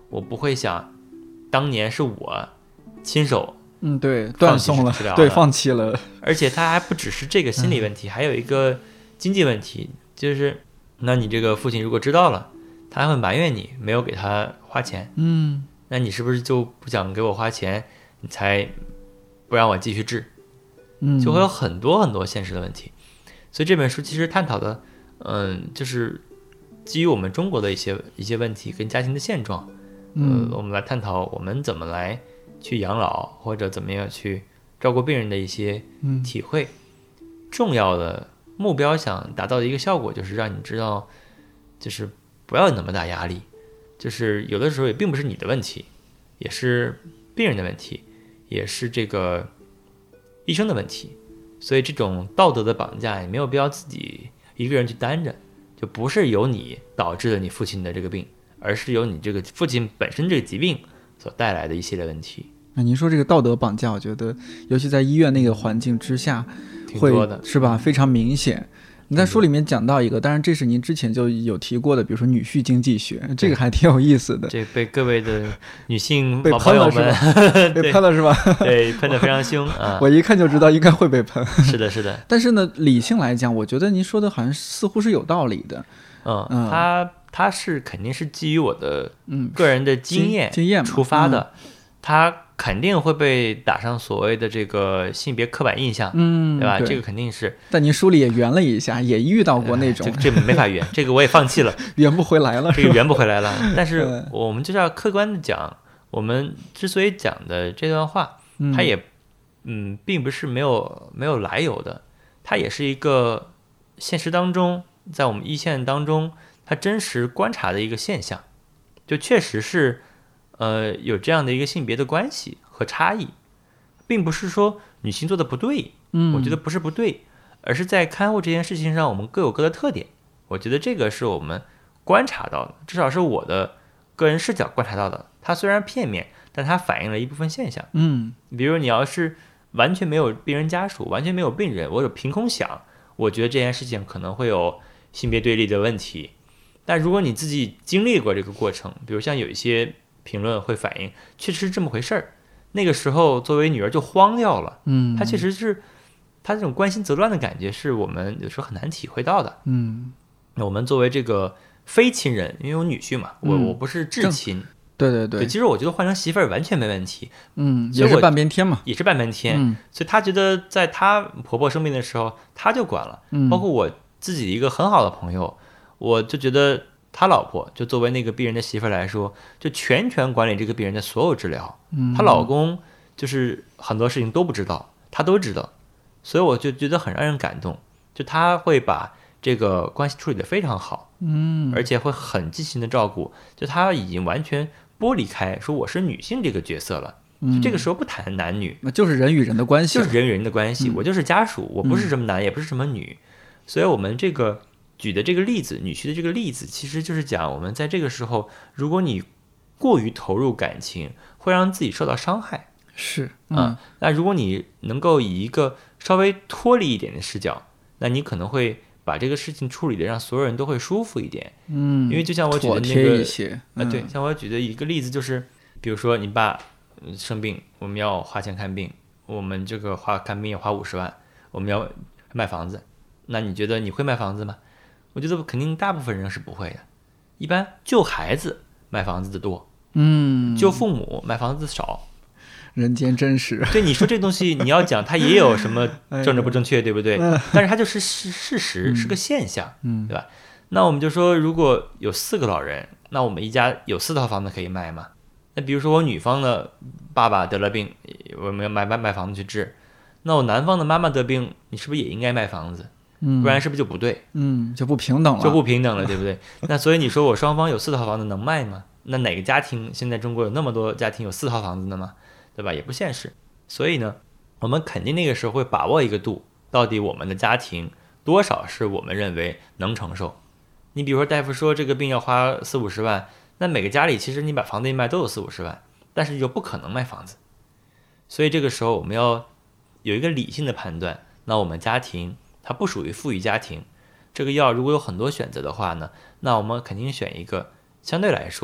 我不会想当年是我亲手嗯，对，断送了， 了对，放弃了。 而且它还不只是这个心理问题，嗯、还有一个经济问题，就是那你这个父亲如果知道了，他还会埋怨你没有给他花钱， 嗯， 那你是不是就不想给我花钱，你才不让我继续治？ 嗯， 就会有很多很多现实的问题。所以这本书其实探讨的，嗯，就是基于我们中国的一些一些问题跟家庭的现状， 嗯， 呃，我们来探讨我们怎么来去养老或者怎么样去照顾病人的一些体会。嗯、重要的目标想达到的一个效果就是让你知道，就是不要有那么大压力，就是有的时候也并不是你的问题，也是病人的问题，也是这个医生的问题。所以这种道德的绑架也没有必要自己一个人去担着，就不是由你导致了你父亲的这个病，而是由你这个父亲本身这个疾病所带来的一系列问题。 那您说这个道德绑架，我觉得尤其在医院那个环境之下会， 挺多的， 是吧？非常明显。你在书里面讲到一个，当然这是您之前就有提过的，比如说女婿经济学，这个还挺有意思的。 这被各位的女性被老朋友们被喷了是吧？ 对，喷得非常凶啊！ 我一看就知道应该会被喷。 是的，是的。 但是呢，理性来讲，我觉得您说的好像似乎是有道理的。 嗯，嗯他他是肯定是基于我的嗯个人的经验经验出发的， 嗯、 他肯定会被打上所谓的这个性别刻板印象， 嗯， 对吧？ 对这个肯定是。 但您书里也圆了一下，也遇到过那种， 呃、这, 这没法圆，这个我也放弃了， 圆不回来了， 这个圆不回来了。但是我们就是要客观的讲，我们之所以讲的这段话， 嗯、 它也嗯，并不是没有没有来由的，它也是一个现实当中，在我们一线当中，它真实观察的一个现象，就确实是。呃，有这样的一个性别的关系和差异，并不是说女性做的不对， 嗯， 我觉得不是不对，而是在看护这件事情上，我们各有各的特点。我觉得这个是我们观察到的，至少是我的个人视角观察到的。它虽然片面，但它反映了一部分现象。 嗯， 比如你要是完全没有病人家属，完全没有病人，我有凭空想，我觉得这件事情可能会有性别对立的问题。但如果你自己经历过这个过程，比如像有一些评论会反映确实是这么回事儿，那个时候作为女儿就慌掉了， 嗯， 她确实是，她这种关心则乱的感觉是我们有时候很难体会到的， 嗯， 那我们作为这个非亲人，因为我女婿嘛，我、嗯、我不是至亲， 对对 对, 对，其实我觉得换成媳妇儿完全没问题， 嗯，也是半边天嘛， 也是半边天， 嗯， 所以她觉得在她婆婆生病的时候，她就管了， 嗯， 包括我自己一个很好的朋友，我就觉得。他老婆就作为那个病人的媳妇来说，就全权管理这个病人的所有治疗。 嗯， 她老公就是很多事情都不知道，她都知道，所以我就觉得很让人感动。就他会把这个关系处理得非常好， 嗯， 而且会很细心的照顾。就他已经完全剥离开说我是女性这个角色了。就这个时候不谈男女， 那就是人与人的关系， 就是人与人的关系。 嗯、 我就是家属，我不是什么男，嗯、也不是什么女，所以我们这个。举的这个例子，女婿的这个例子，其实就是讲我们在这个时候，如果你过于投入感情，会让自己受到伤害。 是， 嗯，啊，那如果你能够以一个稍微脱离一点的视角，那你可能会把这个事情处理的让所有人都会舒服一点。 嗯， 因为就像我举的那个， 一些嗯、啊，对，像我举的一个例子就是，比如说你爸生病，我们要花钱看病，我们这个花看病要花五十万，我们要卖房子，那你觉得你会卖房子吗？我觉得肯定大部分人是不会的，一般救孩子卖房子的多， 嗯， 救父母卖房子少。 人间真实。 对，你说这东西你要讲，它也有什么政治不正确，哎、对不对？ 嗯、 但是它就是事事实， 嗯、 是个现象， 嗯， 对吧？那我们就说，如果有四个老人，那我们一家有四套房子可以卖吗？那比如说我女方的爸爸得了病，我们要卖卖卖房子去治，那我男方的妈妈得病，你是不是也应该卖房子？ 嗯， 不然是不是就不对？ 嗯，就不平等了， 就不平等了，对不对？那所以你说我双方有四套房子能卖吗？那哪个家庭现在中国有那么多家庭有四套房子的吗？对吧？也不现实。所以呢，我们肯定那个时候会把握一个度，到底我们的家庭多少是我们认为能承受。你比如说大夫说这个病要花四五十万，那每个家里其实你把房子一卖都有四五十万，但是又不可能卖房子。所以这个时候我们要有一个理性的判断，那我们家庭它不属于富裕家庭，这个药如果有很多选择的话呢，那我们肯定选一个相对来说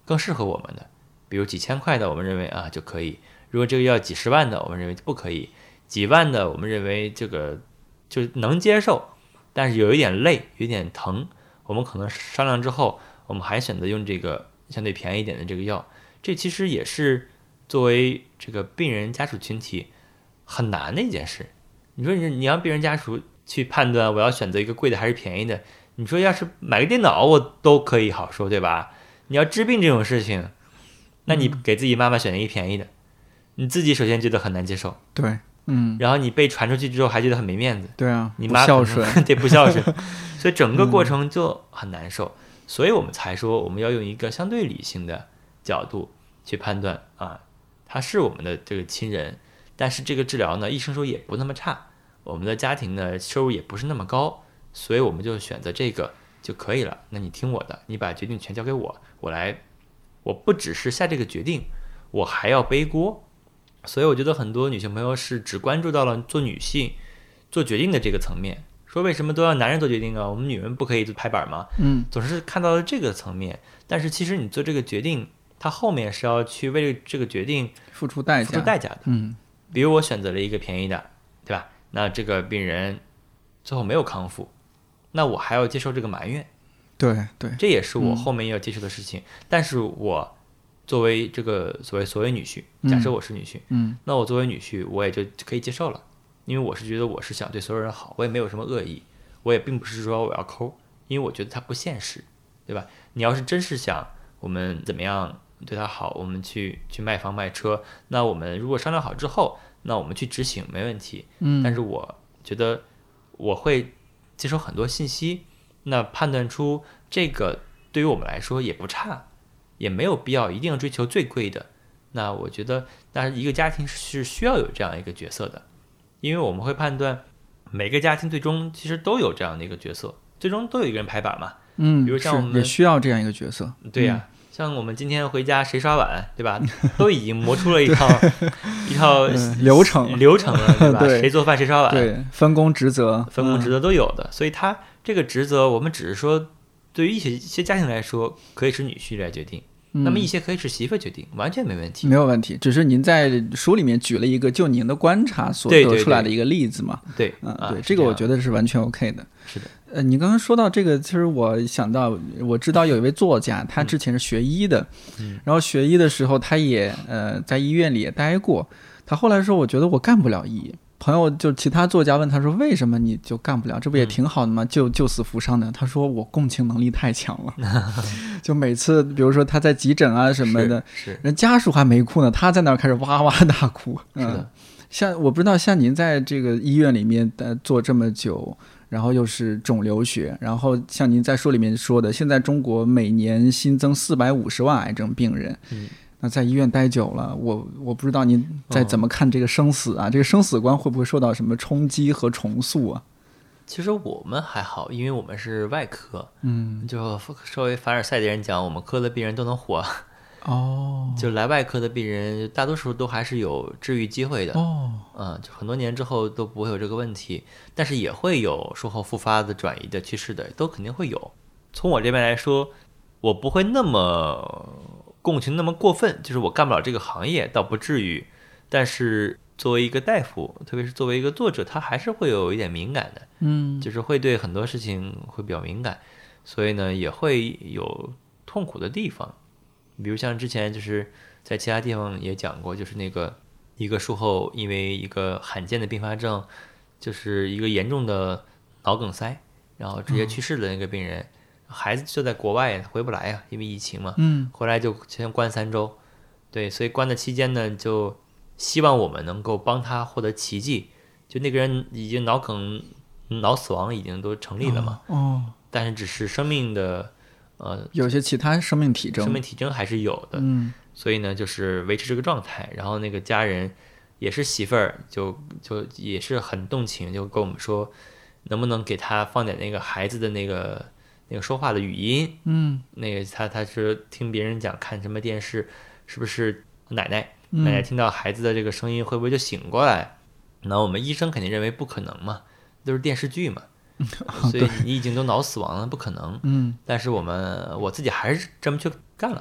更适合我们的，比如几千块的，我们认为啊就可以；如果这个要几十万的，我们认为不可以；几万的，我们认为这个就能接受，但是有一点累，有一点疼，我们可能商量之后，我们还选择用这个相对便宜一点的这个药。这其实也是作为这个病人家属群体很难的一件事。你说你你让病人家属去判断我要选择一个贵的还是便宜的，你说要是买个电脑我都可以好说，对吧？你要治病这种事情，那你给自己妈妈选一个便宜的，你自己首先觉得很难接受， 对，嗯， 然后你被传出去之后还觉得很没面子， 对啊， 你妈不孝顺， 对，不孝顺，所以整个过程就很难受，嗯、所以我们才说我们要用一个相对理性的角度去判断啊，他是我们的这个亲人，但是这个治疗呢，医生说也不那么差，我们的家庭呢收入也不是那么高，所以我们就选择这个就可以了。那你听我的，你把决定权交给我，我来，我不只是下这个决定，我还要背锅。所以我觉得很多女性朋友是只关注到了做女性做决定的这个层面，说为什么都要男人做决定啊？我们女人不可以做拍板吗？ 嗯， 总是看到了这个层面，但是其实你做这个决定，它后面是要去为这个决定付出代价， 付出代价的。 嗯， 比如我选择了一个便宜的，对吧？那这个病人最后没有康复，那我还要接受这个埋怨。 对对， 这也是我后面要接受的事情。嗯、但是我作为这个所谓所谓女婿，假设我是女婿， 嗯， 那我作为女婿，我也就可以接受了，因为我是觉得我是想对所有人好，我也没有什么恶意，我也并不是说我要抠，因为我觉得它不现实，对吧？你要是真是想我们怎么样对他好，我们去去卖房卖车，那我们如果商量好之后，那我们去执行没问题。 嗯， 但是我觉得我会接收很多信息，那判断出这个对于我们来说也不差，也没有必要一定要追求最贵的。那我觉得，但是一个家庭是需要有这样一个角色的，因为我们会判断每个家庭最终其实都有这样的一个角色，最终都有一个人拍板嘛。 嗯， 比如像我们也需要这样一个角色。 对呀、啊。嗯，像我们今天回家谁刷碗，对吧？都已经磨出了一套一套、 嗯、流程流程了，对吧？ 对， 谁做饭谁刷碗， 对，分工职责， 分工职责都有的。嗯、所以他这个职责，我们只是说，对于一些一些家庭来说，可以是女婿来决定，嗯、那么一些可以是媳妇决定，完全没问题。 没有问题，只是您在书里面举了一个就您的观察所得出来的一个例子嘛？ 对，对嗯，对， 啊、 这个我觉得是完全 OK 的。 是的。 呃，你刚刚说到这个，其实我想到，我知道有一位作家，他之前是学医的， 嗯、 然后学医的时候，他也呃在医院里也待过。他后来说，我觉得我干不了医。朋友就其他作家问他说，为什么你就干不了？这不也挺好的吗？嗯、就救死扶伤的。他说我共情能力太强了，就每次比如说他在急诊啊什么的， 是人家属还没哭呢，他在那儿开始哇哇大哭。 嗯、 是的，像我不知道，像您在这个医院里面呃做这么久。然后又是肿瘤学，然后像您在书里面说的，现在中国每年新增四百五十万癌症病人， 嗯， 那在医院待久了，我我不知道您在怎么看这个生死啊？哦、这个生死观会不会受到什么冲击和重塑啊？ 其实我们还好，因为我们是外科， 嗯， 就稍微凡尔赛的人讲，我们科的病人都能活。 哦， 就来外科的病人，大多数都还是有治愈机会的。 哦， 嗯，就很多年之后都不会有这个问题，但是也会有术后复发的、转移的趋势的，都肯定会有。从我这边来说，我不会那么共情那么过分，就是我干不了这个行业，倒不至于。但是作为一个大夫，特别是作为一个作者，他还是会有一点敏感的， 嗯， 就是会对很多事情会比较敏感，所以呢，也会有痛苦的地方。比如像之前就是在其他地方也讲过，就是那个一个术后因为一个罕见的并发症，就是一个严重的脑梗塞，然后直接去世的那个病人，哦、孩子就在国外回不来呀、啊，因为疫情嘛， 嗯， 回来就先关三周，对，所以关的期间呢，就希望我们能够帮他获得奇迹，就那个人已经脑梗脑死亡已经都成立了嘛， 哦，哦但是只是生命的。呃， 有些其他生命体征， 生命体征还是有的， 嗯， 所以呢，就是维持这个状态。然后那个家人也是媳妇儿，就就也是很动情，就跟我们说，能不能给他放点那个孩子的那个那个说话的语音， 嗯， 那个他他是听别人讲看什么电视，是不是奶奶、 嗯、 奶奶听到孩子的这个声音会不会就醒过来？那我们医生肯定认为不可能嘛，都是电视剧嘛。所以你已经都脑死亡了，不可能。 嗯， 但是我们我自己还是这么去干了，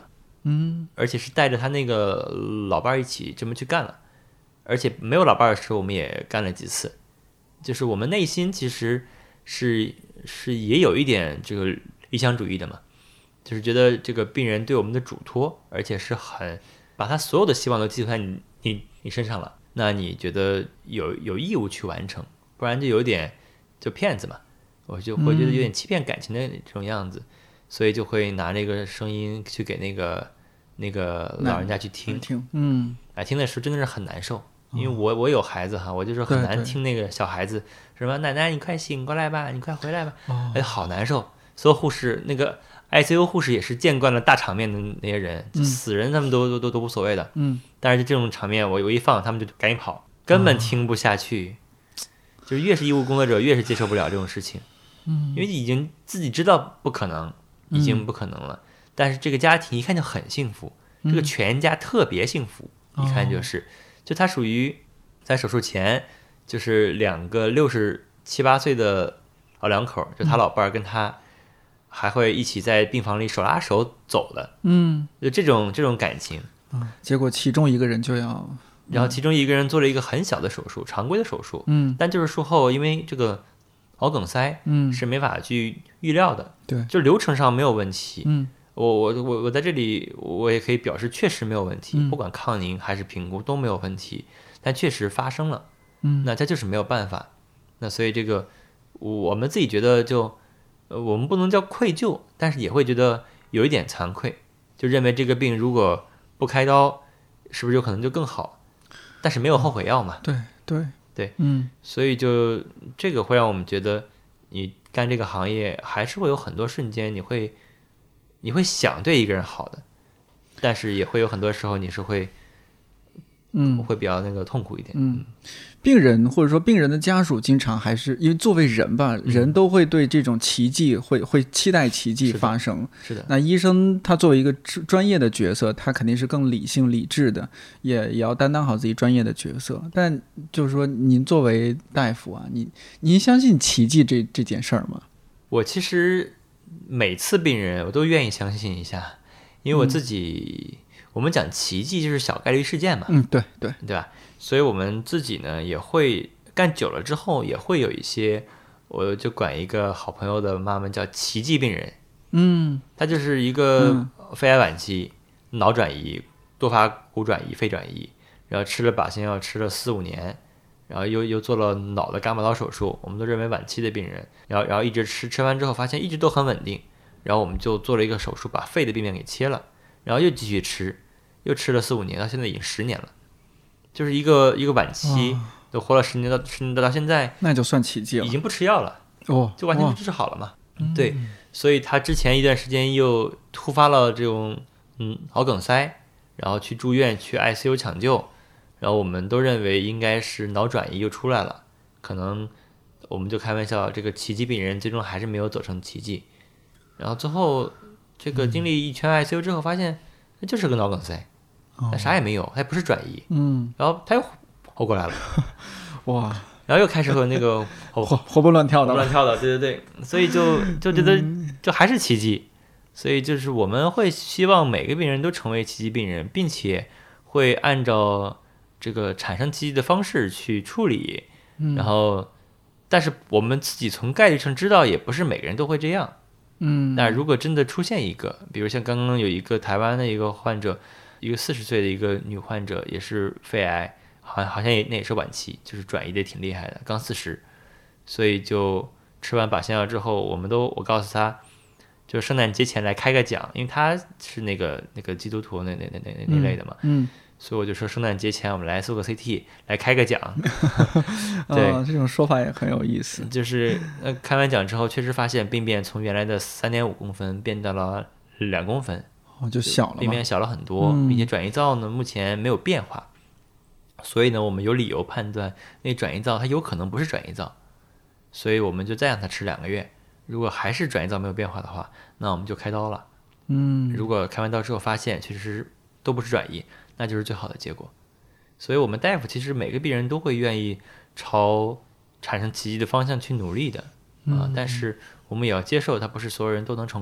嗯， 而且是带着他那个老伴儿一起这么去干了，而且没有老伴儿的时候，我们也干了几次。就是我们内心其实是是也有一点这个理想主义的嘛，就是觉得这个病人对我们的嘱托，而且是很把他所有的希望都寄托在你你你身上了，那你觉得有有义务去完成，不然就有点就骗子嘛，我就会觉得有点欺骗感情的这种样子，嗯、所以就会拿那个声音去给那个那个老人家去听， 听，嗯， 哎，听的时候真的是很难受。因为我我有孩子哈，我就是很难听那个小孩子什么奶奶你快醒过来吧，你快回来吧， 哦、 哎，好难受。所有护士那个 I C U 护士也是见惯了大场面的那些人， 嗯、 死人他们都都都都无所谓的， 嗯， 但是这种场面我我一放他们就赶紧跑，根本听不下去，哦、就是越是医务工作者越是接受不了这种事情， 嗯， 因为已经自己知道不可能，已经不可能了，嗯、但是这个家庭一看就很幸福， 嗯、 这个全家特别幸福， 嗯、 一看就是。哦就他属于在手术前，就是两个六十七八岁的老两口，就他老伴儿跟他还会一起在病房里手拉手走的， 嗯， 就这种这种感情。 嗯，结果其中一个人就要， 然后其中一个人做了一个很小的手术，常规的手术， 嗯， 但就是术后因为这个脑梗塞， 嗯， 是没法去预料的， 对， 就流程上没有问题， 嗯。 我我我我在这里，我也可以表示确实没有问题， 嗯、 不管抗凝还是评估都没有问题，但确实发生了， 嗯， 那这就是没有办法，那所以这个我们自己觉得就，呃，我们不能叫愧疚，但是也会觉得有一点惭愧，就认为这个病如果不开刀，是不是有可能就更好？但是没有后悔药嘛， 对对对， 嗯， 所以就这个会让我们觉得，你干这个行业还是会有很多瞬间你会。你会想对一个人好的，但是也会有很多时候你是会， 嗯， 会比较那个痛苦一点。 嗯，病人或者说病人的家属，经常还是因为作为人吧，嗯、人都会对这种奇迹会会期待奇迹发生。 是的。是的。 那医生他作为一个专业的角色，他肯定是更理性理智的，也也要担当好自己专业的角色。但就是说，您作为大夫啊，你您相信奇迹这这件事儿吗？ 我其实。每次病人我都愿意相信一下，因为我自己，嗯、我们讲奇迹就是小概率事件嘛， 嗯，对对对吧？所以我们自己呢也会干久了之后，也会有一些，我就管一个好朋友的妈妈叫奇迹病人， 嗯， 她就是一个肺癌晚期，嗯、脑转移、多发骨转移、肺转移，然后吃了靶心药吃了四五年。然后又又做了脑的伽马刀手术，我们都认为晚期的病人，然后然后一直吃，吃完之后发现一直都很稳定，然后我们就做了一个手术，把肺的病变给切了，然后又继续吃，又吃了四五年，到现在已经十年了，就是一个一个晚期都活了十年到十年到现在， 那就算奇迹了， 已经不吃药了， 哦， 就完全就治好了嘛。对，所以他之前一段时间又突发了这种嗯脑梗塞，然后去住院去 I C U 抢救。然后我们都认为应该是脑转移又出来了，可能我们就开玩笑，这个奇迹病人最终还是没有走成奇迹。然后最后这个经历一圈 I C U 之后，发现那就是个脑梗塞，那、哦、啥也没有，它也不是转移。 嗯， 然后他又活过来了， 哇！ 然后又开始和那个活活蹦乱跳的， 活蹦乱跳的，对对对，所以就就觉得就还是奇迹。所以就是我们会希望每个病人都成为奇迹病人，并且会按照。这个产生奇迹的方式去处理， 嗯、 然后，但是我们自己从概率上知道，也不是每个人都会这样。 嗯， 那如果真的出现一个，比如像刚刚有一个台湾的一个患者，一个四十岁的一个女患者，也是肺癌，好像好像也那也是晚期，就是转移的挺厉害的，刚四十，所以就吃完靶心药之后，我们都我告诉她，就圣诞节前来开个奖，因为她是那个那个基督徒那那那那那类的嘛。 嗯。嗯所以我就说，圣诞节前我们来做个 C T， 来开个奖。 对、哦，这种说法也很有意思。 就是呃，开完奖之后，确实发现病变从原来的三点五公分变到了两公分， 哦，就小了， 病变小了很多， 嗯、 并且转移灶呢目前没有变化，所以呢，我们有理由判断那转移灶它有可能不是转移灶，所以我们就再让它吃两个月。如果还是转移灶没有变化的话，那我们就开刀了。 嗯， 如果开完刀之后发现确实都不是转移，那就是最好的结果。所以我们大夫其实每个病人都会愿意朝产生奇迹的方向去努力的啊、 嗯， 但是我们也要接受它不是所有人都能成功。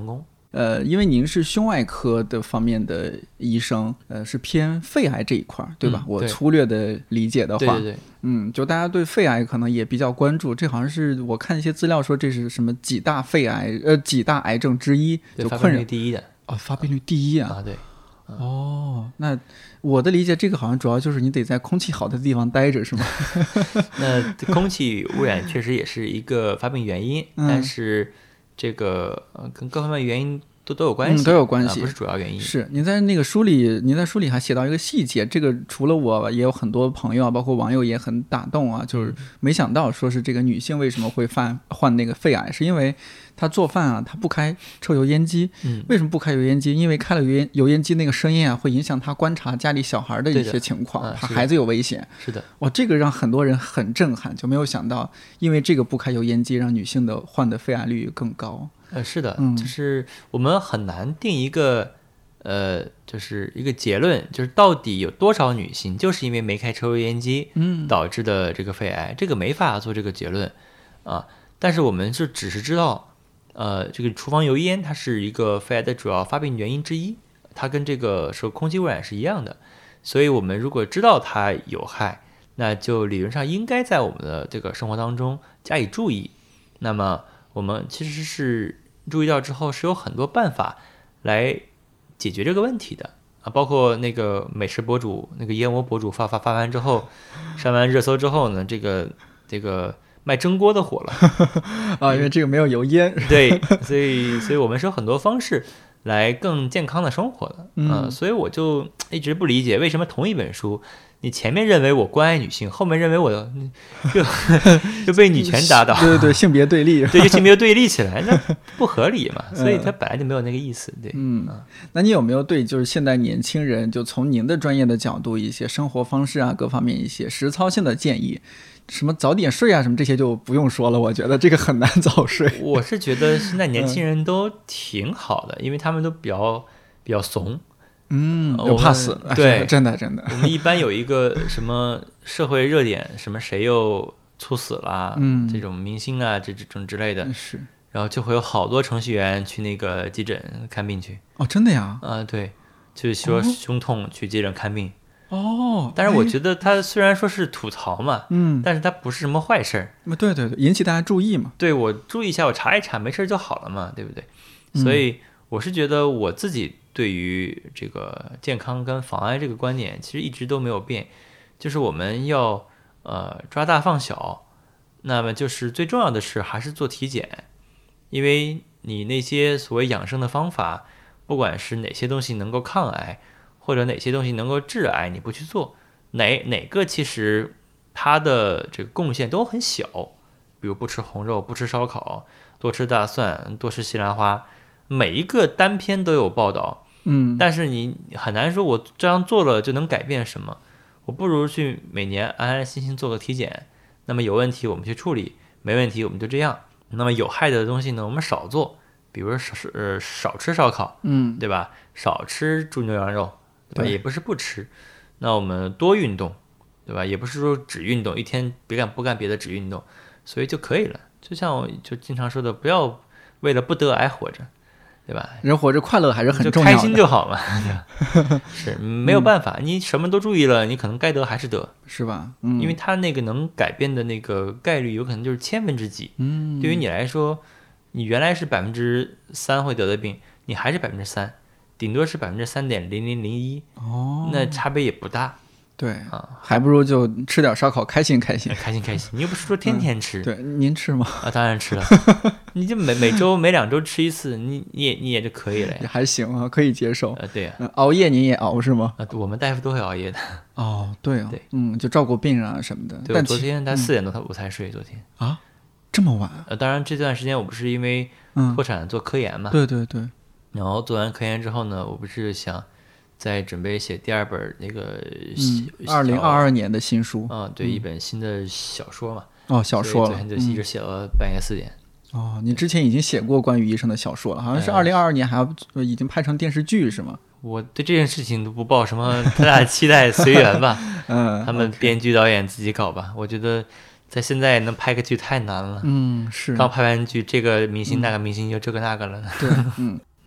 呃，因为您是胸外科的方面的医生，呃，是偏肺癌这一块，对吧？ 嗯、对， 我粗略的理解的话， 对对对， 嗯，就大家对肺癌可能也比较关注，这好像是我看一些资料说这是什么几大肺癌，呃，几大癌症之一，就困扰第一的哦，发病率第一啊， 啊，对。 哦，那我的理解，这个好像主要就是你得在空气好的地方待着，是吗？ 那空气污染确实也是一个发病原因，嗯、但是这个呃跟各方面原因都都有关系， 嗯、都有关系、 啊，不是主要原因。 是您在那个书里，您在书里还写到一个细节，这个除了我，也有很多朋友啊，包括网友也很打动啊，就是没想到说是这个女性为什么会犯患那个肺癌，是因为她做饭啊，她不开抽油烟机。 嗯， 为什么不开油烟机？因为开了油烟油烟机那个声音啊，会影响她观察家里小孩的一些情况， 啊、 怕孩子有危险。 是的， 哇，这个让很多人很震撼，就没有想到，因为这个不开油烟机，让女性的患的肺癌率更高。 呃，是的， 嗯， 就是我们很难定一个，呃，就是一个结论，就是到底有多少女性就是因为没开抽油烟机， 嗯， 导致的这个肺癌，这个没法做这个结论啊。但是我们就只是知道，呃，这个厨房油烟它是一个肺癌的主要发病原因之一，它跟这个受空气污染是一样的，所以我们如果知道它有害，那就理论上应该在我们的这个生活当中加以注意。那么我们其实是注意到之后是有很多办法来解决这个问题的啊，包括那个美食博主那个燕窝博主发发发完之后，上完热搜之后呢，这个这个卖蒸锅的火了啊，因为这个没有油烟。 对，所以所以我们是有很多方式来更健康的生活的， 嗯、 呃，所以我就一直不理解为什么同一本书。你前面认为我关爱女性，后面认为我就就被女权打倒， 对对对，性别对立， 对，就性别对立起来，那不合理嘛？所以它本来就没有那个意思，对。 嗯，那你有没有对就是现代年轻人，就从您的专业的角度，一些生活方式啊，各方面一些实操性的建议？什么早点睡啊，什么这些就不用说了，我觉得这个很难早睡。 我是觉得现在年轻人都挺好的，嗯、因为他们都比较比较怂。 嗯，又怕死， 对， 真的真的。 我们一般有一个什么社会热点，什么谁又猝死了， 嗯， 这种明星啊，这这种之类的， 是， 然后就会有好多程序员去那个急诊看病去。 哦，真的呀？ 啊、呃，对，就是说胸痛去急诊看病。 哦， 但是我觉得他虽然说是吐槽嘛， 嗯， 但是他不是什么坏事儿。 对对对，引起大家注意嘛。 对，我注意一下，我查一查，没事就好了嘛，对不对？嗯、所以我是觉得我自己对于这个健康跟防癌这个观点，其实一直都没有变，就是我们要呃抓大放小，那么就是最重要的是还是做体检，因为你那些所谓养生的方法，不管是哪些东西能够抗癌，或者哪些东西能够致癌，你不去做，哪哪个其实它的这个贡献都很小，比如不吃红肉，不吃烧烤，多吃大蒜，多吃西兰花，每一个单篇都有报道， 嗯， 但是你很难说我这样做了就能改变什么，我不如去每年安安心心做个体检，那么有问题我们去处理，没问题我们就这样，那么有害的东西呢我们少做，比如少呃少吃烧烤， 嗯， 对吧？少吃猪牛羊肉，对吧？也不是不吃，那我们多运动，对吧？也不是说只运动，一天别干不干别的只运动，所以就可以了。就像我就经常说的，不要为了不得癌活着，对吧？ 人活着快乐还是很重要的， 就开心就好嘛，对吧？是没有办法、嗯，你什么都注意了，你可能该得还是得， 是吧？嗯， 因为它那个能改变的那个概率有可能就是千分之几。 嗯， 对于你来说，你原来是百分之三会得的病，你还是百分之三，顶多是百分之三点零零零一，哦，那差别也不大。 对啊，还不如就吃点烧烤，开心开心， 开心开心。你又不是说天天吃， 嗯、对，您吃吗？ 啊，当然吃了。你就每每周每两周吃一次，你你也你也就可以了呀， 还行啊，可以接受。 呃，对呀、 啊嗯，熬夜您也熬是吗？ 啊，我们大夫都会熬夜的。 哦，对哦， 对， 嗯，就照顾病人啊什么的。 对， 但昨天他四点多他我才睡，昨天啊，这么晚？ 呃，当然这段时间我不是因为脱产做科研嘛， 对对对。 然后做完科研之后呢，我不是想。在准备写第二本那个二零二二年的新书啊、嗯，对、嗯，一本新的小说嘛。 哦，小说了， 昨天就一直写了半夜四点。 嗯、哦，你之前已经写过关于医生的小说了，好像是二零二二年还要已经拍成电视剧是吗？ 我对这件事情都不抱什么太大的期待，随缘吧。 嗯， 他们编剧导演自己搞吧。我觉得在现在能拍个剧太难了。 嗯，是。 刚拍完剧，这个明星那个明星就这个那个了。 对，嗯。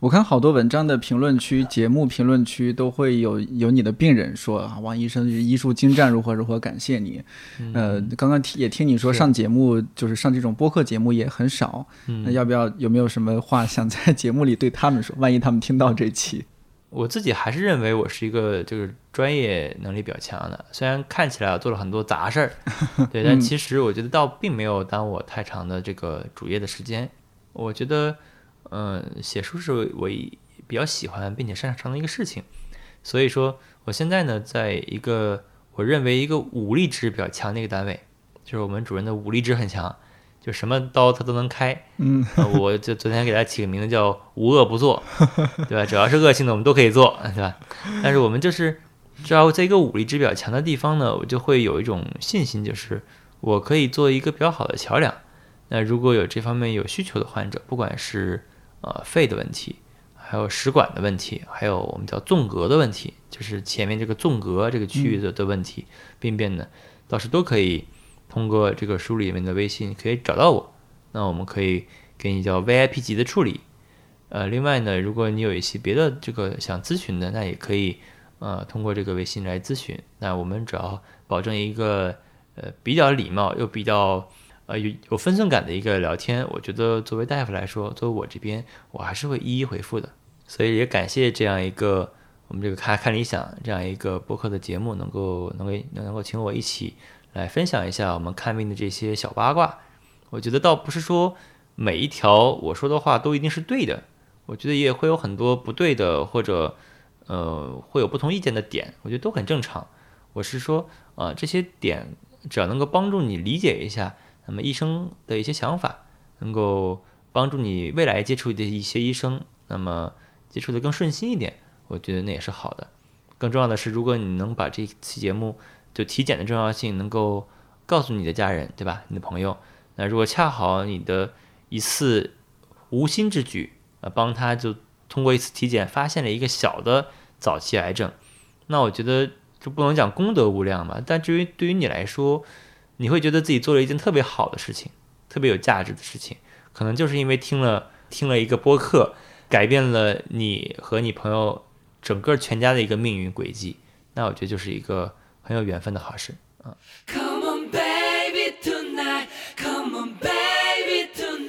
我看好多文章的评论区、节目评论区都会有有你的病人说啊，王医生医术精湛，如何如何感谢你。嗯、呃，刚刚也听你说上节目就是上这种播客节目也很少，那要不要有没有什么话想在节目里对他们说？万一他们听到这期。 我自己还是认为我是一个就是专业能力比较强的，虽然看起来做了很多杂事儿，对，但其实我觉得倒并没有耽误我太长的这个主业的时间。我觉得，嗯、呃，写书是我比较喜欢并且擅长的一个事情，所以说我现在呢，在一个我认为一个武力值比较强的一个单位，就是我们主任的武力值很强。就什么刀他都能开，嗯、呃，我就昨天给他起个名字叫无恶不作，对吧？只要是恶性的我们都可以做，对吧？但是我们就是只要在一个武力值比较强的地方呢，我就会有一种信心，就是我可以做一个比较好的桥梁。那如果有这方面有需求的患者，不管是呃肺的问题，还有食管的问题，还有我们叫纵膈的问题，就是前面这个纵膈这个区域的的问题，病变呢，倒是都可以。通过这个书里面的微信可以找到我，那我们可以给你叫 V I P 级的处理。呃，另外呢，如果你有一些别的这个想咨询的，那也可以呃通过这个微信来咨询。那我们只要保证一个呃比较礼貌又比较呃有有分寸感的一个聊天，我觉得作为大夫来说，作为我这边我还是会一一回复的。所以也感谢这样一个我们这个看看理想这样一个播客的节目，能够能够能够请我一起。来分享一下我们看病的这些小八卦。我觉得倒不是说每一条我说的话都一定是对的，我觉得也会有很多不对的，或者呃会有不同意见的点，我觉得都很正常。我是说啊、呃，这些点只要能够帮助你理解一下那么医生的一些想法，能够帮助你未来接触的一些医生，那么接触的更顺心一点，我觉得那也是好的。更重要的是，如果你能把这期节目就体检的重要性能够告诉你的家人，对吧？你的朋友，那如果恰好你的一次无心之举，呃，帮他就通过一次体检发现了一个小的早期癌症，那我觉得就不能讲功德无量嘛，但至于对于你来说，你会觉得自己做了一件特别好的事情，特别有价值的事情，可能就是因为听了听了一个播客，改变了你和你朋友整个全家的一个命运轨迹，那我觉得就是一个很有缘分的好事啊。Come on, baby, tonight. Come on, baby,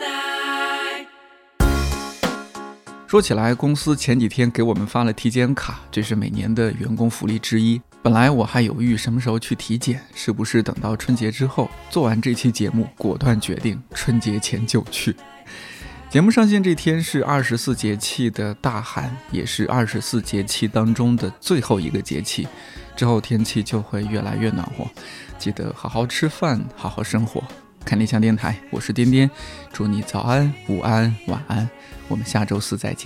tonight. 说起来，公司前几天给我们发了体检卡，这是每年的员工福利之一。本来我还犹豫什么时候去体检，是不是等到春节之后。做完这期节目，果断决定春节前就去。节目上线这天是二十四节气的大寒，也是二十四节气当中的最后一个节气。之后天气就会越来越暖和，记得好好吃饭，好好生活。看理想电台，我是颠颠，祝你早安、午安、晚安，我们下周四再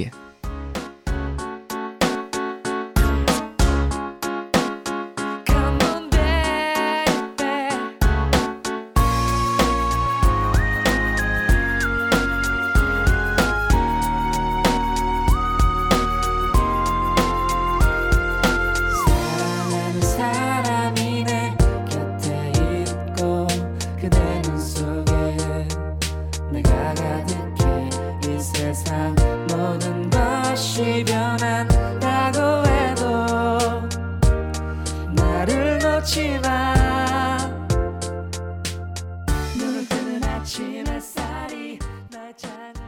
见。눈을 뜨는 아침 햇살이 날 찾아